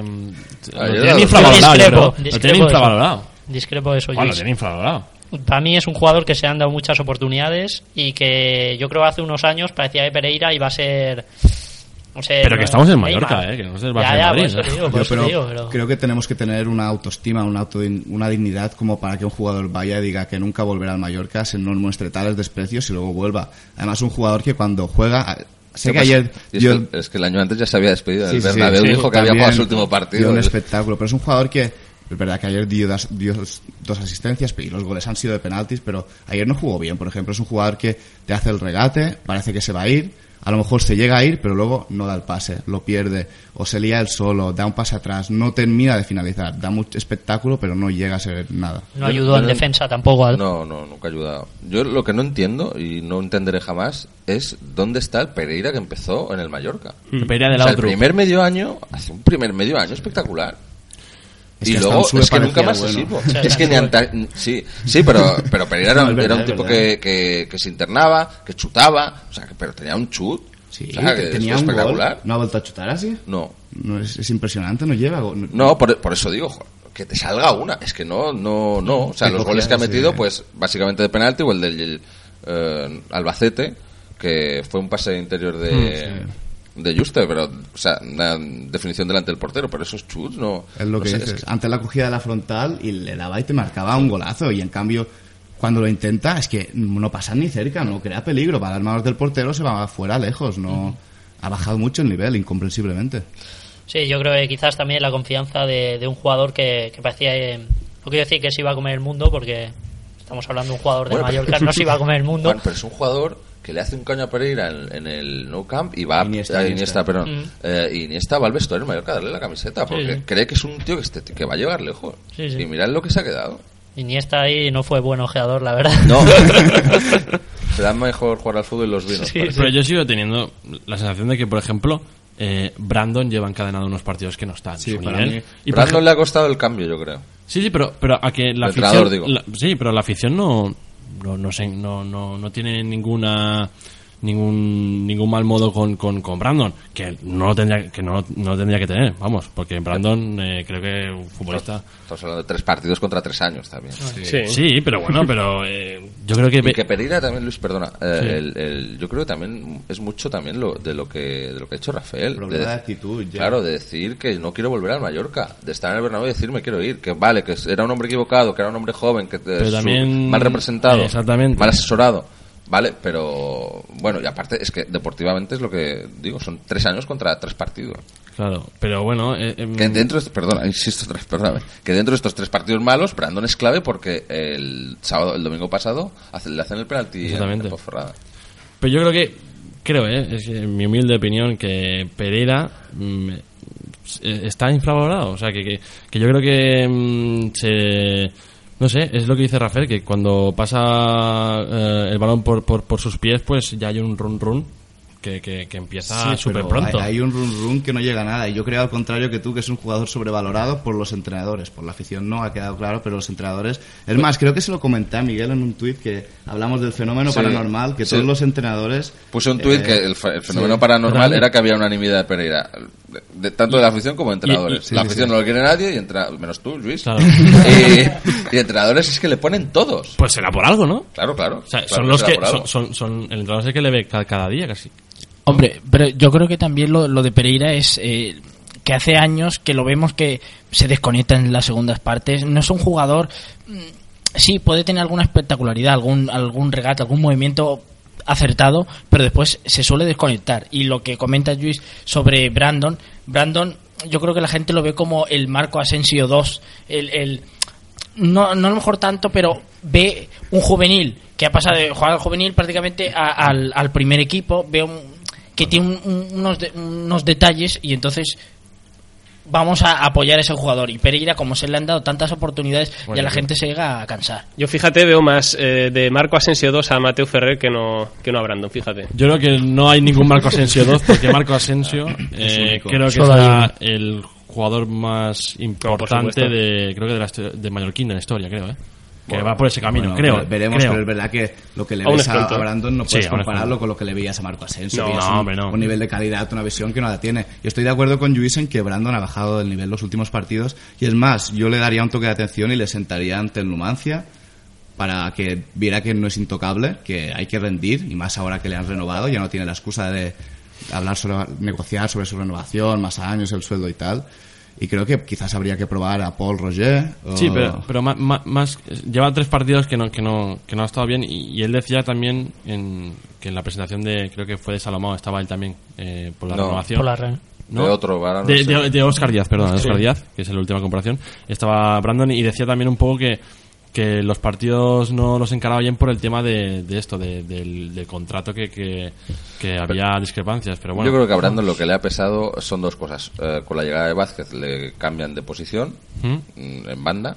lo tienen infravalorado. Discrepo de eso. Lo tienen infravalorado. Para mí es un jugador que se han dado muchas oportunidades y que yo creo que hace unos años parecía que Pereira iba a ser... No sé, pero que estamos en Mallorca, que no es el Barça de Madrid. Pero creo que tenemos que tener una autoestima, una dignidad como para que un jugador vaya y diga que nunca volverá al Mallorca, se nos muestre tales desprecios y luego vuelva. Además, un jugador que cuando juega... Sé que ayer... Es que el año antes ya se había despedido. El Bernabéu dijo que había jugado su último partido. Dio un espectáculo, pero es un jugador que... Es verdad que ayer dio dos asistencias y los goles han sido de penaltis, pero ayer no jugó bien. Por ejemplo, es un jugador que te hace el regate, parece que se va a ir, a lo mejor se llega a ir, pero luego no da el pase, lo pierde, o se lía él solo, da un pase atrás, no termina de finalizar, da mucho espectáculo, pero no llega a ser nada. No ayudó en defensa tampoco. No, nunca ha ayudado. Yo lo que no entiendo, y no entenderé jamás, es dónde está el Pereira que empezó en el Mallorca. El Pereira de la el primer medio año, hace un primer medio año espectacular. Y luego es que nunca más se supo. Es que sí, pero Pereira era un tipo que se internaba, que chutaba, o sea, pero tenía un chut. Sí, o sea, que tenía un espectacular. Gol. ¿No ha vuelto a chutar así? No. Es impresionante, no lleva. No, por eso digo, que te salga una. Es que no. O sea, los goles que ha metido, pues básicamente de penalti, o el del Albacete, que fue un pase interior de Juste, pero, o sea, una definición delante del portero, pero esos chuts no... Es lo que dices, antes la cogida de la frontal y le daba y te marcaba un golazo, y en cambio, cuando lo intenta, es que no pasa ni cerca, no crea peligro, para las manos del portero se va fuera lejos, no... Ha bajado mucho el nivel, incomprensiblemente. Sí, yo creo que quizás también la confianza de un jugador que parecía... no quiero decir que se iba a comer el mundo, porque estamos hablando de un jugador de Mallorca, no se iba a comer el mundo. Bueno, pero es un jugador que le hace un caño a Pereira en el Nou Camp y va Iniesta, Iniesta va al vestuario en Mallorca a darle la camiseta porque cree que es un tío que va a llegar lejos. Y mirad lo que se ha quedado. Iniesta ahí no fue buen ojeador, la verdad. No. Será mejor jugar al fútbol y los vinos. Pero yo sigo teniendo la sensación de que, por ejemplo, Brandon lleva encadenado unos partidos que no están. Y Brandon le ha costado el cambio, yo creo. Sí, pero a que la afición... sí, pero la afición no tiene ningún mal modo con Brandon, que no tendría que tener, vamos, porque Brandon creo que un futbolista... Estamos hablando de 3 partidos contra 3 años también. Sí, pero bueno, yo creo que... Y que Pereira también, Luis, perdona, yo creo que también es mucho también de lo que ha hecho Rafael. Problema de actitud, ya. Claro, de decir que no quiero volver al Mallorca, de estar en el Bernabéu y decir me quiero ir, que vale, que era un hombre equivocado, que era un hombre joven, que también mal representado, mal asesorado. Vale, pero bueno, y aparte es que deportivamente es lo que digo, son 3 años contra 3 partidos. Claro, pero bueno... que dentro que dentro de estos 3 partidos malos, Brandon es clave porque el domingo pasado le hacen el penalti en Ponferrada. Pero yo creo es mi humilde opinión, que Pereira está infravalorado. O sea, que yo creo que no sé, es lo que dice Rafael, que cuando pasa el balón por sus pies, pues ya hay un run que empieza súper pronto. Hay un run que no llega a nada, y yo creo al contrario que tú, que es un jugador sobrevalorado por los entrenadores, por la afición no ha quedado claro, pero los entrenadores... Es más, creo que se lo comenté a Miguel en un tuit, que hablamos del fenómeno paranormal, que todos los entrenadores... Puse un tuit que el fenómeno paranormal era que había unanimidad de Pereira, tanto de la afición como de entrenadores. La afición no lo quiere nadie, menos tú, Luis. Claro. Y entrenadores es que le ponen todos. Pues será por algo, ¿no? Claro. O sea, son los que... Son el entrenador es el que le ve cada día casi. Hombre, pero yo creo que también lo de Pereira es que hace años que lo vemos que se desconecta en las segundas partes. No es un jugador... Sí, puede tener alguna espectacularidad, algún regate, algún movimiento acertado, pero después se suele desconectar. Y lo que comenta Luis sobre Brandon, yo creo que la gente lo ve como el Marco Asensio 2, no a lo mejor tanto, pero ve un juvenil que ha pasado de jugar al juvenil prácticamente al primer equipo, ve que tiene unos detalles, y entonces vamos a apoyar a ese jugador. Y Pereira, como se le han dado tantas oportunidades, ya la gente se llega a cansar. Yo, fíjate, veo más de Marco Asensio 2 a Mateu Ferrer que no a Brandon, fíjate. Yo creo que no hay ningún Marco Asensio 2, porque Marco Asensio creo que será el jugador más importante de Mallorquín en la historia, creo, que va por ese camino, creo. Veremos, pero es verdad que lo que le ves a Brandon no puedes compararlo con lo que le veías a Marco Asensio. Un nivel de calidad, una visión que no la tiene. Yo estoy de acuerdo con Lluís en que Brandon ha bajado del nivel los últimos partidos, y es más, yo le daría un toque de atención y le sentaría ante el Numancia para que viera que no es intocable, que hay que rendir, y más ahora que le han renovado, ya no tiene la excusa de negociar sobre su renovación, más años, el sueldo y tal. Y creo que quizás habría que probar a Paul Roger. Sí, pero más lleva 3 partidos que no ha estado bien, y él decía también que en la presentación creo que fue de Salomón, estaba él también por la renovación. ¿No? De otro, de Óscar Díaz, perdón, Óscar Díaz, que es la última comparación. Estaba Brandon, y decía también un poco que los partidos no los encaraba bien por el tema de esto, del contrato, que había discrepancias, pero bueno. Yo creo que a Brandon lo que le ha pesado son 2 cosas. Con la llegada de Vázquez le cambian de posición en banda,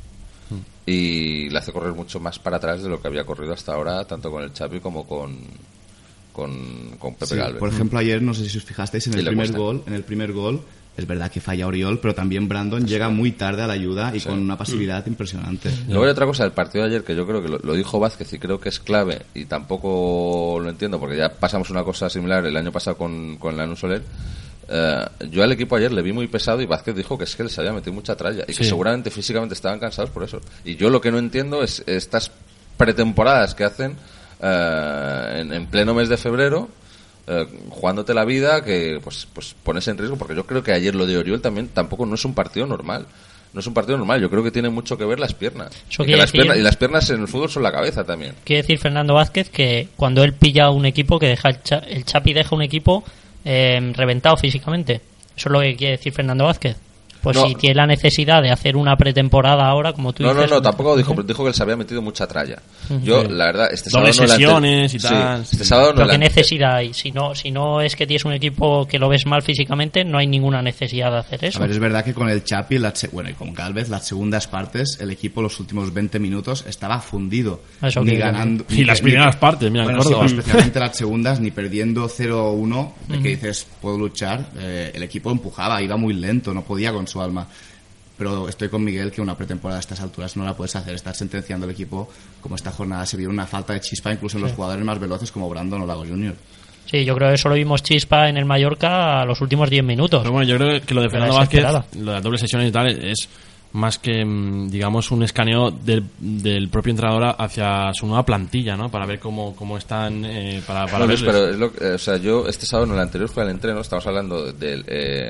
y le hace correr mucho más para atrás de lo que había corrido hasta ahora, tanto con el Chapi como con Pepe Galvez. Por ejemplo, ayer, no sé si os fijasteis, en el primer gol es verdad que falla Oriol, pero también Brandon llega muy tarde a la ayuda y con una pasividad impresionante. Luego hay otra cosa del partido de ayer que yo creo que lo dijo Vázquez, y creo que es clave, y tampoco lo entiendo porque ya pasamos una cosa similar el año pasado con Lanús Soler. Yo al equipo ayer le vi muy pesado, y Vázquez dijo que es que les había metido mucha tralla y que seguramente físicamente estaban cansados por eso. Y yo lo que no entiendo es estas pretemporadas que hacen en pleno mes de febrero, jugándote la vida, que pues pones en riesgo, porque yo creo que ayer lo de Oriol también tampoco no es un partido normal. No es un partido normal, yo creo que tiene mucho que ver las piernas. Y las piernas en el fútbol son la cabeza también. Quiere decir Fernando Vázquez que cuando él pilla un equipo, que deja el Chapi deja un equipo reventado físicamente. Eso es lo que quiere decir Fernando Vázquez. Pues si tiene la necesidad de hacer una pretemporada ahora, como tú dices... No, tampoco dijo que les había metido mucha tralla. Yo, la verdad, este sábado no sesiones y tal. Este sábado ¿Pero qué necesidad hay? Si no es que tienes un equipo que lo ves mal físicamente, no hay ninguna necesidad de hacer eso. A ver, es verdad que con el Chapi, y con Galvez, las segundas partes, el equipo los últimos 20 minutos estaba fundido. Ni ganando... Y las primeras partes, mira, Córdoba. Especialmente las segundas, ni perdiendo 0-1, de que dices, puedo luchar, el equipo empujaba, iba muy lento, no podía con su alma. Pero estoy con Miguel que una pretemporada a estas alturas no la puedes hacer. Estar sentenciando al equipo como esta jornada se vio una falta de chispa incluso en los jugadores más veloces como Brandon o Lago Junior. Sí, yo creo que solo vimos chispa en el Mallorca a los últimos 10 minutos. Pero bueno, yo creo que lo de Fernando Vázquez, lo de las dobles sesiones y tal, es más que, digamos, un escaneo del propio entrenador hacia su nueva plantilla, ¿no? Para ver cómo están, para verles. Pero es o sea, yo este sábado, en el anterior fue al entreno, estamos hablando del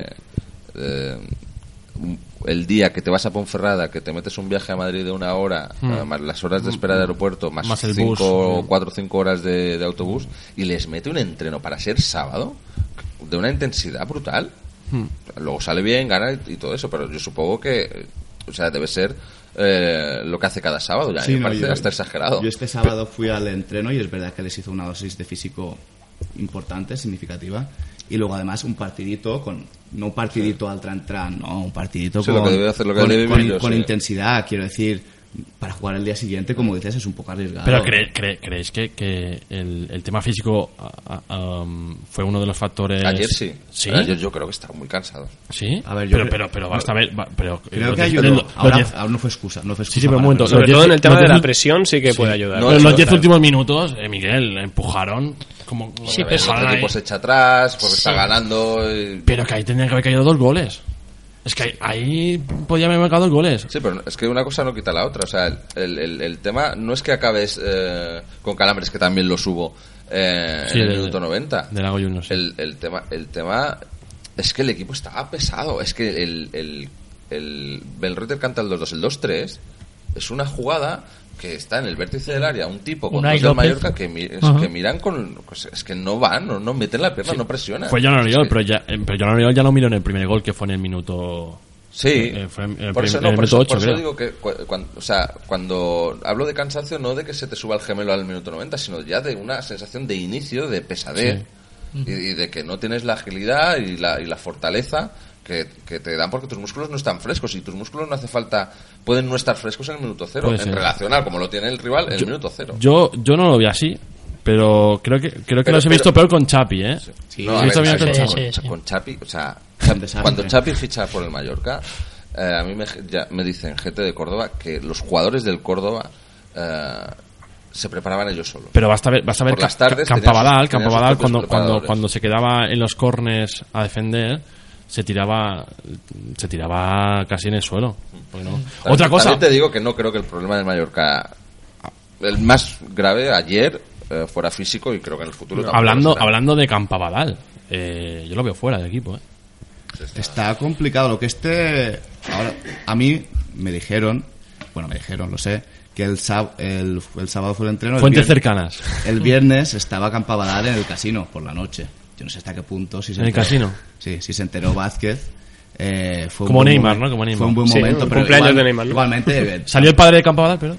el día que te vas a Ponferrada, que te metes un viaje a Madrid de 1 hora, más las horas de espera de aeropuerto, más 4 o 5 horas de autobús, y les mete un entreno para ser sábado de una intensidad brutal. Luego sale bien, gana y todo eso, pero yo supongo que, o sea, debe ser lo que hace cada sábado. Ya me parece hasta exagerado. Yo este sábado fui al entreno y es verdad que les hizo una dosis de físico importante, significativa, y luego además un partidito no un partidito al tran, no, un partidito con intensidad, quiero decir, para jugar el día siguiente, como dices, es un poco arriesgado. Pero ¿creéis que el tema físico fue uno de los factores? Ayer sí. Yo creo que estaba muy cansado. ¿Sí? A ver, pero basta a ver, creo que ayudó. Ahora no fue excusa. Sí, pero un momento. Sobre todo en el tema de la presión sí que puede ayudar. Pero los 10 últimos minutos, Miguel, empujaron como... Sí, pero el equipo se echa atrás porque está ganando. Pero que ahí tendrían que haber caído 2 goles. Es que ahí podía haber marcado 2 goles. Sí, pero es que una cosa no quita la otra. O sea, el tema no es que acabes con calambres, que también los hubo en el minuto 90. De Lago Junior, sí. El tema es que el equipo estaba pesado. Es que el Belreter canta el 2-2. El 2-3 es una jugada que está en el vértice del área, un tipo con Unai dos del López. Mallorca que miran con... Pues es que no van, no meten la pierna, no presionan. Fue Jon Oriol, pero Jon Oriol ya lo miró en el primer gol, que fue en el minuto... Sí, fue en por eso, el minuto 8, por eso creo. digo que cuando hablo de cansancio, no de que se te suba el gemelo al minuto 90, sino ya de una sensación de inicio, de pesadez, y de que no tienes la agilidad y la fortaleza que te dan porque tus músculos no están frescos, y tus músculos no hace falta, pueden no estar frescos en el minuto 0, Puede en ser. relación a como lo tiene el rival en el minuto 0. Yo no lo vi así, pero creo que los he visto peor con Chapi, ¿eh? No, a He visto ver, bien con con, Chapi. con Chapi, o sea, cuando Chapi ficha por el Mallorca, a mí me dicen gente de Córdoba que los jugadores del Córdoba se preparaban ellos solos. Pero basta ver Por las tardes Campabadal tenían sus propios preparadores. cuando se quedaba en los corners a defender, se tiraba casi en el suelo. Porque no. Otra cosa, También te digo que no creo que el problema del Mallorca, el más grave ayer, fuera físico, y creo que en el futuro tampoco hablando de Campabadal, yo lo veo fuera del equipo, Está complicado. Lo que ahora, a mí me dijeron, lo sé, que el sábado fue el entreno. Fuentes cercanas. El viernes estaba Campabadal en el casino por la noche. Yo no sé hasta qué punto. Si se ¿En el casino? Sí, si se enteró Vázquez. Fue como un buen Neymar, momento, ¿no? Como Neymar. Fue un buen Sí, momento, el pero cumpleaños de Neymar, ¿no? igualmente Salió el padre de Campabadal, pero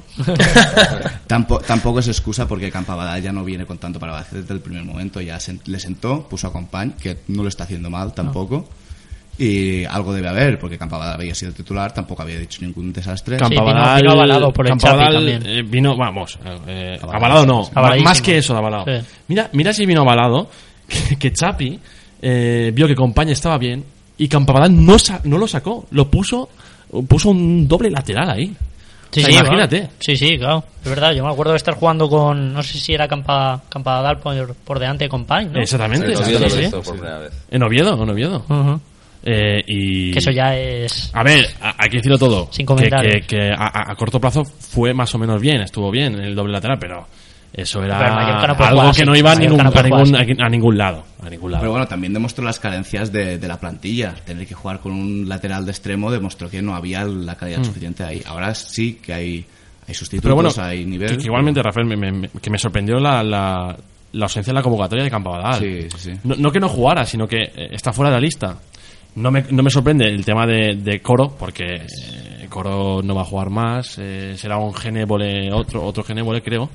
tampoco es excusa, porque Campabadal ya no viene con tanto para Vázquez desde el primer momento. Ya le sentó, puso a Company, que no lo está haciendo mal tampoco. Y algo debe haber, porque Campabadal había sido titular, tampoco había dicho ningún desastre. Campabadal vino avalado por el Chapi también. Vino, avalado no, Avaladísimo. más que eso de avalado. Sí. Mira si vino avalado, que Chapi vio que Company estaba bien y Campabadal no lo sacó, puso un doble lateral ahí. Sí, O sea, imagínate. Claro. Sí, claro. Es verdad, yo me acuerdo de estar jugando con, no sé si era Campabadal por delante de Company, ¿no? Exactamente. En Oviedo Sí. lo hizo por primera vez. En Oviedo. Ujú. Y Que eso ya es... A ver, hay que decirlo todo. Sin comentarios. Que a corto plazo fue más o menos bien, estuvo bien en el doble lateral, pero eso era Pero el Mallorca no puede algo jugar que así. no iba a Mallorca no puede jugar a ningún lado. Pero bueno, también demostró las carencias de la plantilla. Tener que jugar con un lateral de extremo demostró que no había la calidad suficiente ahí. Ahora sí que hay sustitutos, Pero bueno, hay nivel. que igualmente, Rafael, que me sorprendió la ausencia en la convocatoria de Campabadal. Sí. No que no jugara, sino que está fuera de la lista. No me sorprende el tema de Coro, porque Coro no va a jugar más, será un Genévole, otro Genévole, creo.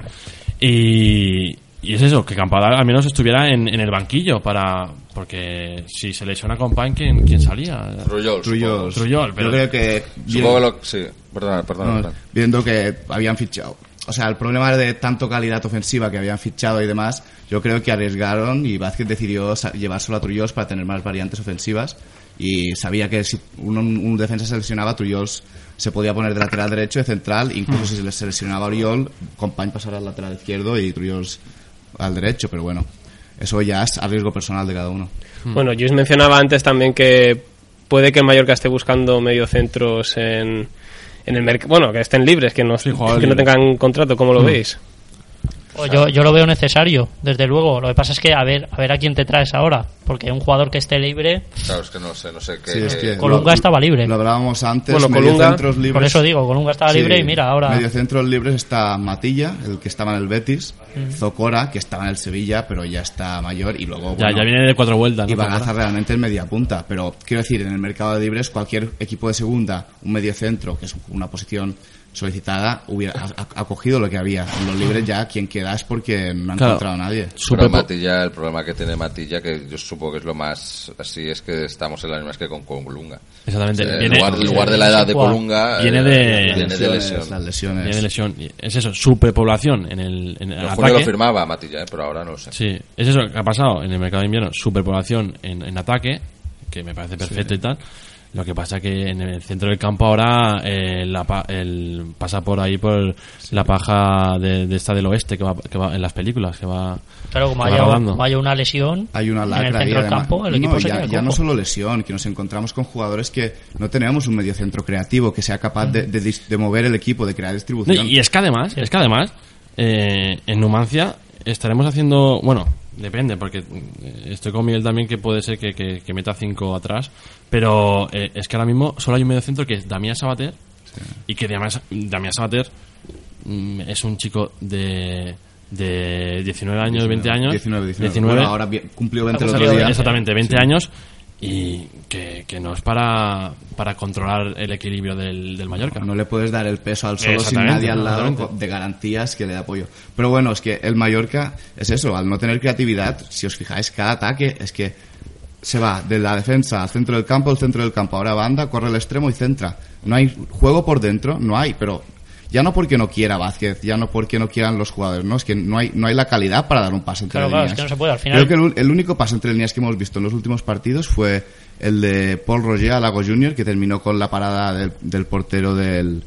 Y es eso, que Campabadal al menos estuviera en el banquillo, porque si se lesiona Company, ¿quién salía? Trullols. Trullols, pero Yo creo que... Supongo sí, perdona. Viendo que habían fichado... O sea, el problema de tanto calidad ofensiva que habían fichado y demás, yo creo que arriesgaron y Vázquez decidió llevárselo a Trullols para tener más variantes ofensivas, y sabía que si un defensa se lesionaba, Trullols se podía poner de lateral derecho, de central, incluso si se lesionaba Oriol, Company pasará al lateral izquierdo y Trullols al derecho, pero bueno, eso ya es a riesgo personal de cada uno. Bueno, Luis mencionaba antes también que puede que el Mallorca esté buscando mediocentros en el mercado, bueno, que estén libres, que no tengan contrato. ¿Cómo lo veis? Yo lo veo necesario, desde luego. Lo que pasa es que a ver a quién te traes ahora, porque un jugador que esté libre... Claro, es que no sé qué... Sí, es que Colunga estaba libre. Lo hablábamos antes. Bueno, Colunga, libres, por eso digo, Colunga estaba libre y mira, ahora... Mediocentros libres está Matilla, el que estaba en el Betis, Zocora, que estaba en el Sevilla, pero ya está mayor, y luego... ya viene de 4 vueltas, ¿no? Y Bagaza realmente en media punta, pero quiero decir, en el mercado de libres, cualquier equipo de segunda, un mediocentro, que es una posición solicitada, ha cogido lo que había. En los libres ya quien queda es porque no ha encontrado a nadie. Pero Matilla, el problema que tiene Matilla, que yo supongo que es lo más así, es que estamos en las mismas que con Colunga. Exactamente. En lugar de la edad de Colunga, viene de lesión. Las lesiones. Viene de lesión. Es eso, superpoblación en el ataque. Lo firmaba Matilla, pero ahora no lo sé. Sí, es eso que ha pasado en el mercado de invierno, superpoblación en ataque, que me parece perfecto y tal. Lo que pasa que en el centro del campo ahora pasa por ahí por la paja de esta del oeste que va en las películas, que va... Claro, como haya una lesión hay una lacra en el centro del campo, el equipo se queda ya no solo lesión, que nos encontramos con jugadores que no tenemos un mediocentro creativo que sea capaz de mover el equipo, de crear distribución. No, y es que además en Numancia estaremos haciendo... Bueno, depende, porque estoy con Miguel también, que puede ser que meta 5 atrás, pero es que ahora mismo solo hay un mediocentro que es Damián Sabater, y que Damián Sabater es un chico de 19 años, 20 años. 19. Bueno, ahora cumplió 20 el otro día. Exactamente, 20 años. Y que no es para controlar el equilibrio del Mallorca. No le puedes dar el peso al solo sin nadie al lado de garantías que le dé apoyo. Pero bueno, es que el Mallorca es eso, al no tener creatividad, si os fijáis, cada ataque es que se va de la defensa al centro del campo, ahora banda, corre el extremo y centra. No hay juego por dentro, no hay, pero ya no porque no quiera Vázquez, ya no porque no quieran los jugadores, no, es que no hay la calidad para dar un pase entre líneas. Claro, es que no se puede, al final. Creo que el único pase entre líneas que hemos visto en los últimos partidos fue el de Paul Roger a Lago Junior, que terminó con la parada del portero de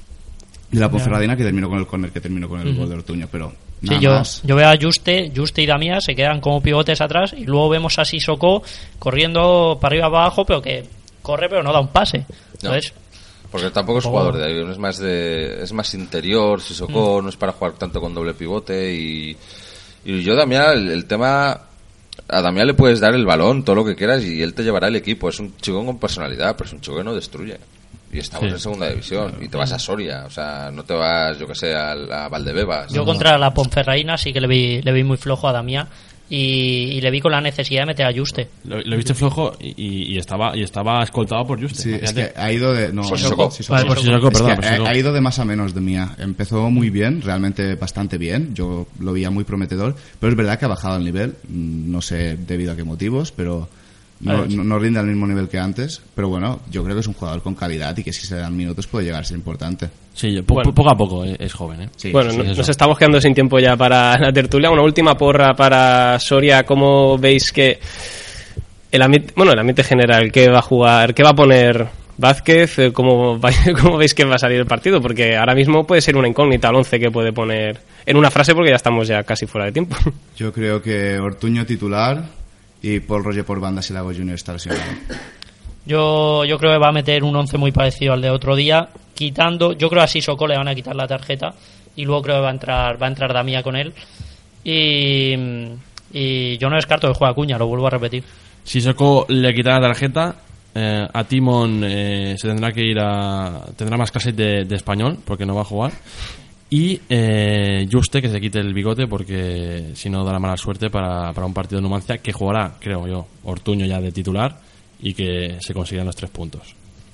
la Ponferradina, que terminó con el córner, que terminó con el gol de Ortuño, pero nada más. Yo veo a Juste y Damià se quedan como pivotes atrás y luego vemos a Sissoko corriendo para arriba para abajo, pero que corre pero no da un pase. Entonces, porque tampoco es jugador de ahí, es más interior, Sissoko no es para jugar tanto con doble pivote y yo Damià, el tema, a Damià le puedes dar el balón, todo lo que quieras y él te llevará el equipo, es un chico con personalidad, pero es un chico que no destruye. Y estamos en segunda división y te vas a Soria, o sea, no te vas, yo que sé, a Valdebebas. Yo contra la Ponferradina sí que le vi muy flojo a Damià. Y le vi con la necesidad de meter a Juste. Lo viste flojo y estaba escoltado por Juste. Sí, es que ha ido de... No, Sissoko, perdón. Ha ido de más a menos de Mía. Empezó muy bien, realmente bastante bien. Yo lo veía muy prometedor. Pero es verdad que ha bajado el nivel. No sé debido a qué motivos, pero no rinde al mismo nivel que antes. Pero bueno, yo creo que es un jugador con calidad y que si se le dan minutos puede llegar a ser importante. Sí, poco a poco es joven, ¿eh? Sí, bueno, nos estamos quedando sin tiempo ya para la tertulia. Una última porra para Soria. ¿Cómo veis que el ambiente general, qué va a jugar, qué va a poner Vázquez? ¿Cómo veis que va a salir el partido? Porque ahora mismo puede ser una incógnita el 11 que puede poner en una frase, porque ya estamos ya casi fuera de tiempo. Yo creo que Ortuño titular y Paul Roger por banda si Lago Junior está lesionado. Yo creo que va a meter un 11 muy parecido al de otro día, yo creo a Sissoko le van a quitar la tarjeta y luego creo que va a entrar Damià con él y yo no descarto que juegue Acuña, lo vuelvo a repetir. Sissoko le quitará la tarjeta, a Timón se tendrá que ir tendrá más clases de español porque no va a jugar, y Juste que se quite el bigote porque si no dará mala suerte para un partido de Numancia que jugará, creo yo, Ortuño ya de titular y que se consigan los 3 puntos.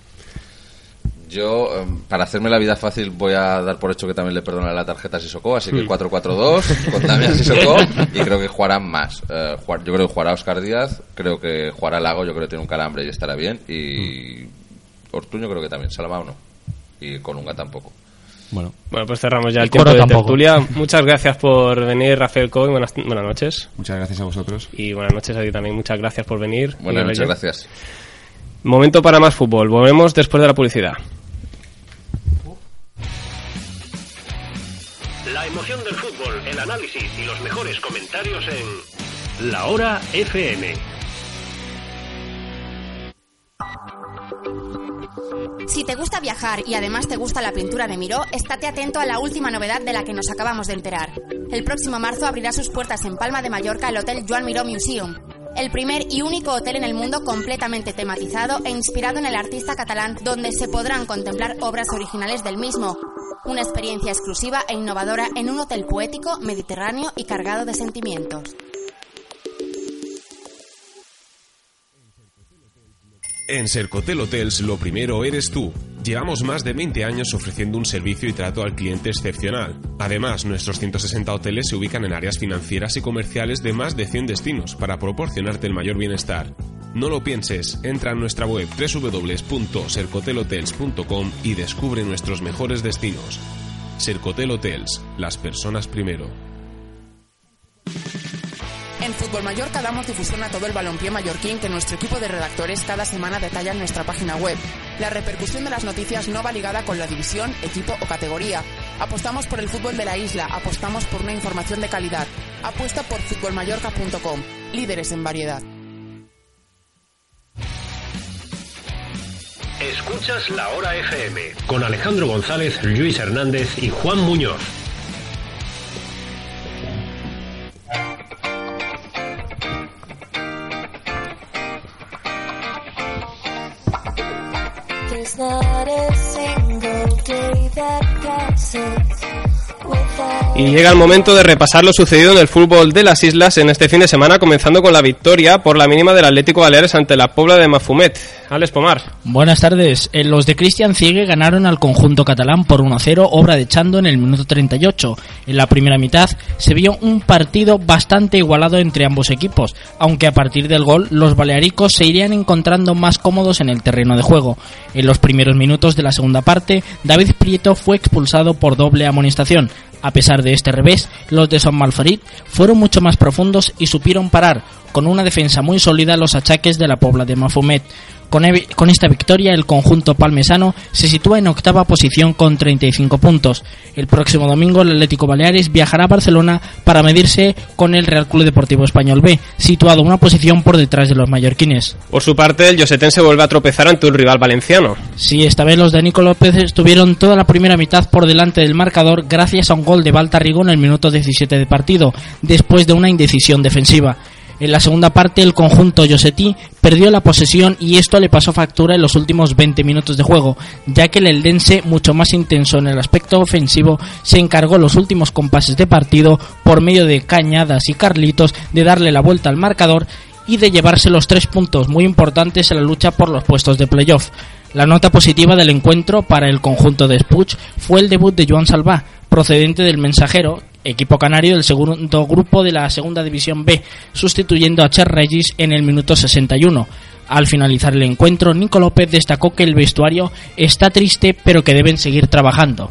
Yo, para hacerme la vida fácil, voy a dar por hecho que también le perdonaré la tarjeta a Sissoko, así que 4-4-2 con Damià Sissoko, y creo que jugarán más. Yo creo que jugará Óscar Díaz, creo que jugará Lago, yo creo que tiene un calambre y estará bien, y Ortuño creo que también, Salamao no, y Colunga tampoco. Bueno, pues cerramos ya el tiempo de tertulia. Muchas gracias por venir, Rafael Coy. Buenas noches. Muchas gracias a vosotros. Y buenas noches a ti también. Muchas gracias por venir. Buenas noches, gracias. Momento para más fútbol. Volvemos después de la publicidad. La emoción del fútbol, el análisis y los mejores comentarios en La Hora FM. Si te gusta viajar y además te gusta la pintura de Miró, estate atento a la última novedad de la que nos acabamos de enterar. El próximo marzo abrirá sus puertas en Palma de Mallorca el Hotel Joan Miró Museum, el primer y único hotel en el mundo completamente tematizado e inspirado en el artista catalán, donde se podrán contemplar obras originales del mismo. Una experiencia exclusiva e innovadora en un hotel poético, mediterráneo y cargado de sentimientos. En Sercotel Hotels lo primero eres tú. Llevamos más de 20 años ofreciendo un servicio y trato al cliente excepcional. Además, nuestros 160 hoteles se ubican en áreas financieras y comerciales de más de 100 destinos para proporcionarte el mayor bienestar. No lo pienses, entra en nuestra web www.sercotelhotels.com y descubre nuestros mejores destinos. Sercotel Hotels, las personas primero. En Fútbol Mallorca damos difusión a todo el balompié mallorquín que nuestro equipo de redactores cada semana detalla en nuestra página web. La repercusión de las noticias no va ligada con la división, equipo o categoría. Apostamos por el fútbol de la isla, apostamos por una información de calidad. Apuesta por futbolmallorca.com, líderes en variedad. Escuchas La Hora FM con Alejandro González, Luis Hernández y Juan Muñoz. There's not a single day that passes Y llega el momento de repasar lo sucedido en el fútbol de las islas en este fin de semana, comenzando con la victoria por la mínima del Atlético Baleares ante la Pobla de Mafumet. Alex Pomar. Buenas tardes. Los de Cristian Ciegue ganaron al conjunto catalán por 1-0, obra de Chando en el minuto 38. En la primera mitad se vio un partido bastante igualado entre ambos equipos, aunque a partir del gol los balearicos se irían encontrando más cómodos en el terreno de juego. En los primeros minutos de la segunda parte, David Prieto fue expulsado por doble amonestación. A pesar de este revés, los de Son Malferit fueron mucho más profundos y supieron parar, con una defensa muy sólida, los achaques de la Pobla de Mafumet. Con esta victoria, el conjunto palmesano se sitúa en octava posición con 35 puntos. El próximo domingo, el Atlético Baleares viajará a Barcelona para medirse con el Real Club Deportivo Español B, situado una posición por detrás de los mallorquines. Por su parte, el Llosetense vuelve a tropezar ante un rival valenciano. Sí, esta vez los de Nico López estuvieron toda la primera mitad por delante del marcador gracias a un gol de Balta Rigo en el minuto 17 de partido, después de una indecisión defensiva. En la segunda parte, el conjunto llosetí perdió la posesión y esto le pasó factura en los últimos 20 minutos de juego, ya que el eldense, mucho más intenso en el aspecto ofensivo, se encargó los últimos compases de partido por medio de Cañadas y Carlitos de darle la vuelta al marcador y de llevarse los 3 puntos muy importantes en la lucha por los puestos de playoff. La nota positiva del encuentro para el conjunto de Spuig fue el debut de Joan Salvá, procedente del Mensajero, equipo canario del segundo grupo de la segunda división B, sustituyendo a Cher Regis en el minuto 61. Al finalizar el encuentro, Nico López destacó que el vestuario está triste, pero que deben seguir trabajando.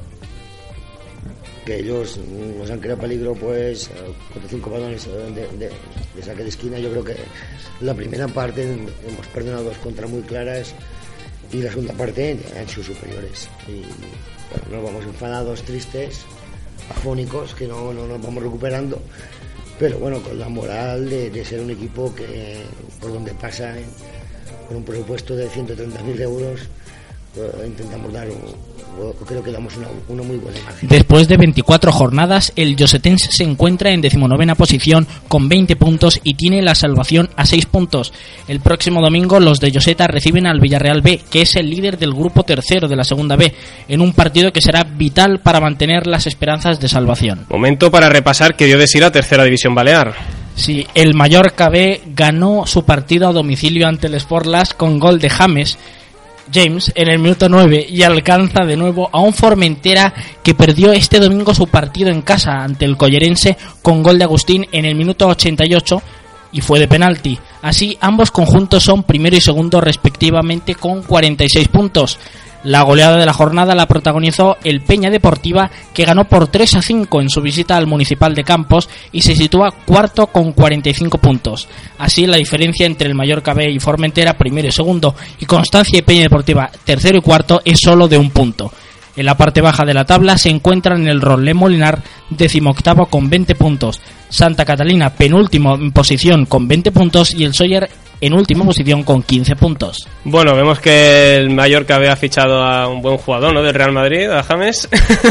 Que ellos nos han creado peligro, pues, con 5 balones de saque de esquina. Yo creo que la primera parte hemos perdonado 2 contras muy claras y la segunda parte han sido superiores. Y bueno, nos vamos enfadados, tristes, afónicos, que no nos vamos recuperando, pero bueno, con la moral de ser un equipo que por donde pasa, con un presupuesto de 130.000 euros, intentamos dar creo que damos una muy buena imagen. Después de 24 jornadas, el Llosetense se encuentra en 19ª posición con 20 puntos y tiene la salvación a 6 puntos. El próximo domingo los de Lloseta reciben al Villarreal B, que es el líder del grupo tercero de la segunda B, en un partido que será vital para mantener las esperanzas de salvación. Momento para repasar qué dio de sí la tercera división balear. Sí, el Mallorca B ganó su partido a domicilio ante el Sportlas con gol de James en el minuto 9 y alcanza de nuevo a un Formentera que perdió este domingo su partido en casa ante el Collerense con gol de Agustín en el minuto 88 y fue de penalti. Así ambos conjuntos son primero y segundo respectivamente con 46 puntos. La goleada de la jornada la protagonizó el Peña Deportiva, que ganó por 3-5 en su visita al Municipal de Campos y se sitúa cuarto con 45 puntos. Así la diferencia entre el Mallorca B y Formentera, primero y segundo, y Constancia y Peña Deportiva, tercero y cuarto, es solo de un punto. En la parte baja de la tabla se encuentran el Rolé Molinar, 18º con 20 puntos, Santa Catalina penúltimo en posición con 20 puntos y el Sóller en última posición con 15 puntos. Bueno, vemos que el Mallorca había fichado a un buen jugador, ¿no?, del Real Madrid, a James.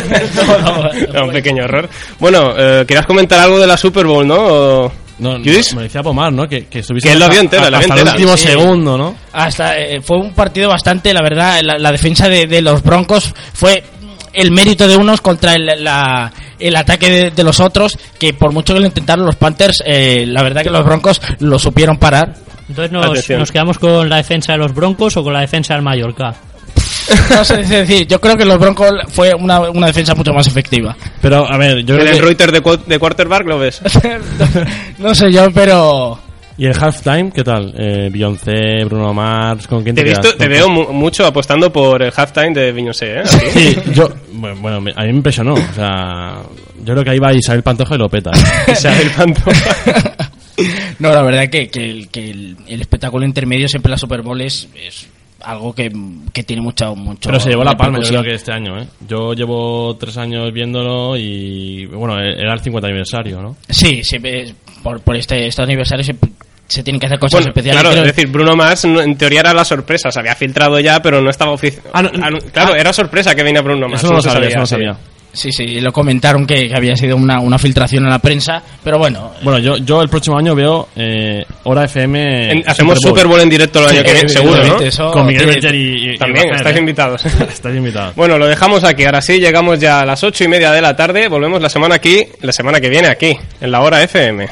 No, un pequeño error. Bueno, querías comentar algo de la Super Bowl, ¿no? No, me decía Pomar, ¿no? Que él lo vio entera, hasta el último segundo, ¿no? Hasta fue un partido bastante, la verdad, la defensa de los Broncos fue el mérito de unos contra el ataque de los otros, que por mucho que lo intentaron los Panthers, la verdad que los Broncos lo supieron parar. Entonces nos quedamos con la defensa de los Broncos o con la defensa del Mallorca. No sé, es decir, yo creo que los Broncos fue una defensa mucho más efectiva. Pero, a ver, yo creo que... ¿El Reuters de quarterback lo ves? No sé yo, pero... ¿Y el halftime qué tal? Beyoncé, Bruno Mars, ¿con quién te quedas? Te veo mucho apostando por el halftime de Beyoncé, ¿eh? Sí, bueno, a mí me impresionó. O sea, yo creo que ahí va Isabel Pantoja y lo peta. Isabel Pantoja. No, la verdad que el espectáculo intermedio siempre en la Super Bowl es algo que tiene mucho. Pero se llevó la palma, yo creo que este año, ¿eh? Yo llevo 3 años viéndolo y, bueno, era el 50 aniversario, ¿no? Sí, por este aniversario se tienen que hacer cosas especiales. Claro, es decir, Bruno Mars en teoría era la sorpresa, se había filtrado ya, pero no estaba oficial. Claro, era sorpresa que venía Bruno Mars. Eso no lo sabía. Sí, lo comentaron que había sido una filtración en la prensa, pero bueno. Bueno, yo el próximo año veo Hora FM. Hacemos Super Bowl en directo el año que viene, seguro, ¿no? Eso, con Miguel Berger y también, Rafael, estáis invitados. Estáis invitados. Bueno, lo dejamos aquí. Ahora sí, llegamos ya a las 8:30 de la tarde. Volvemos la semana que viene aquí, en la Hora FM.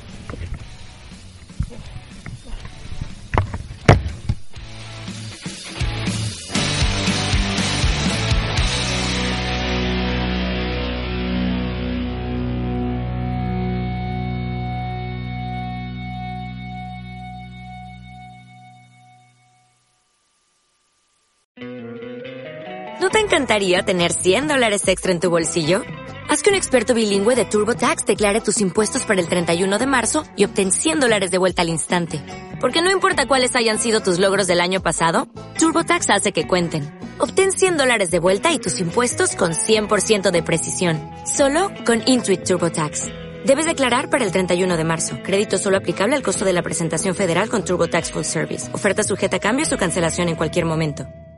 ¿No te encantaría tener $100 extra en tu bolsillo? Haz que un experto bilingüe de TurboTax declare tus impuestos para el 31 de marzo y obtén $100 de vuelta al instante. Porque no importa cuáles hayan sido tus logros del año pasado, TurboTax hace que cuenten. Obtén $100 de vuelta y tus impuestos con 100% de precisión. Solo con Intuit TurboTax. Debes declarar para el 31 de marzo. Crédito solo aplicable al costo de la presentación federal con TurboTax Full Service. Oferta sujeta a cambios o cancelación en cualquier momento.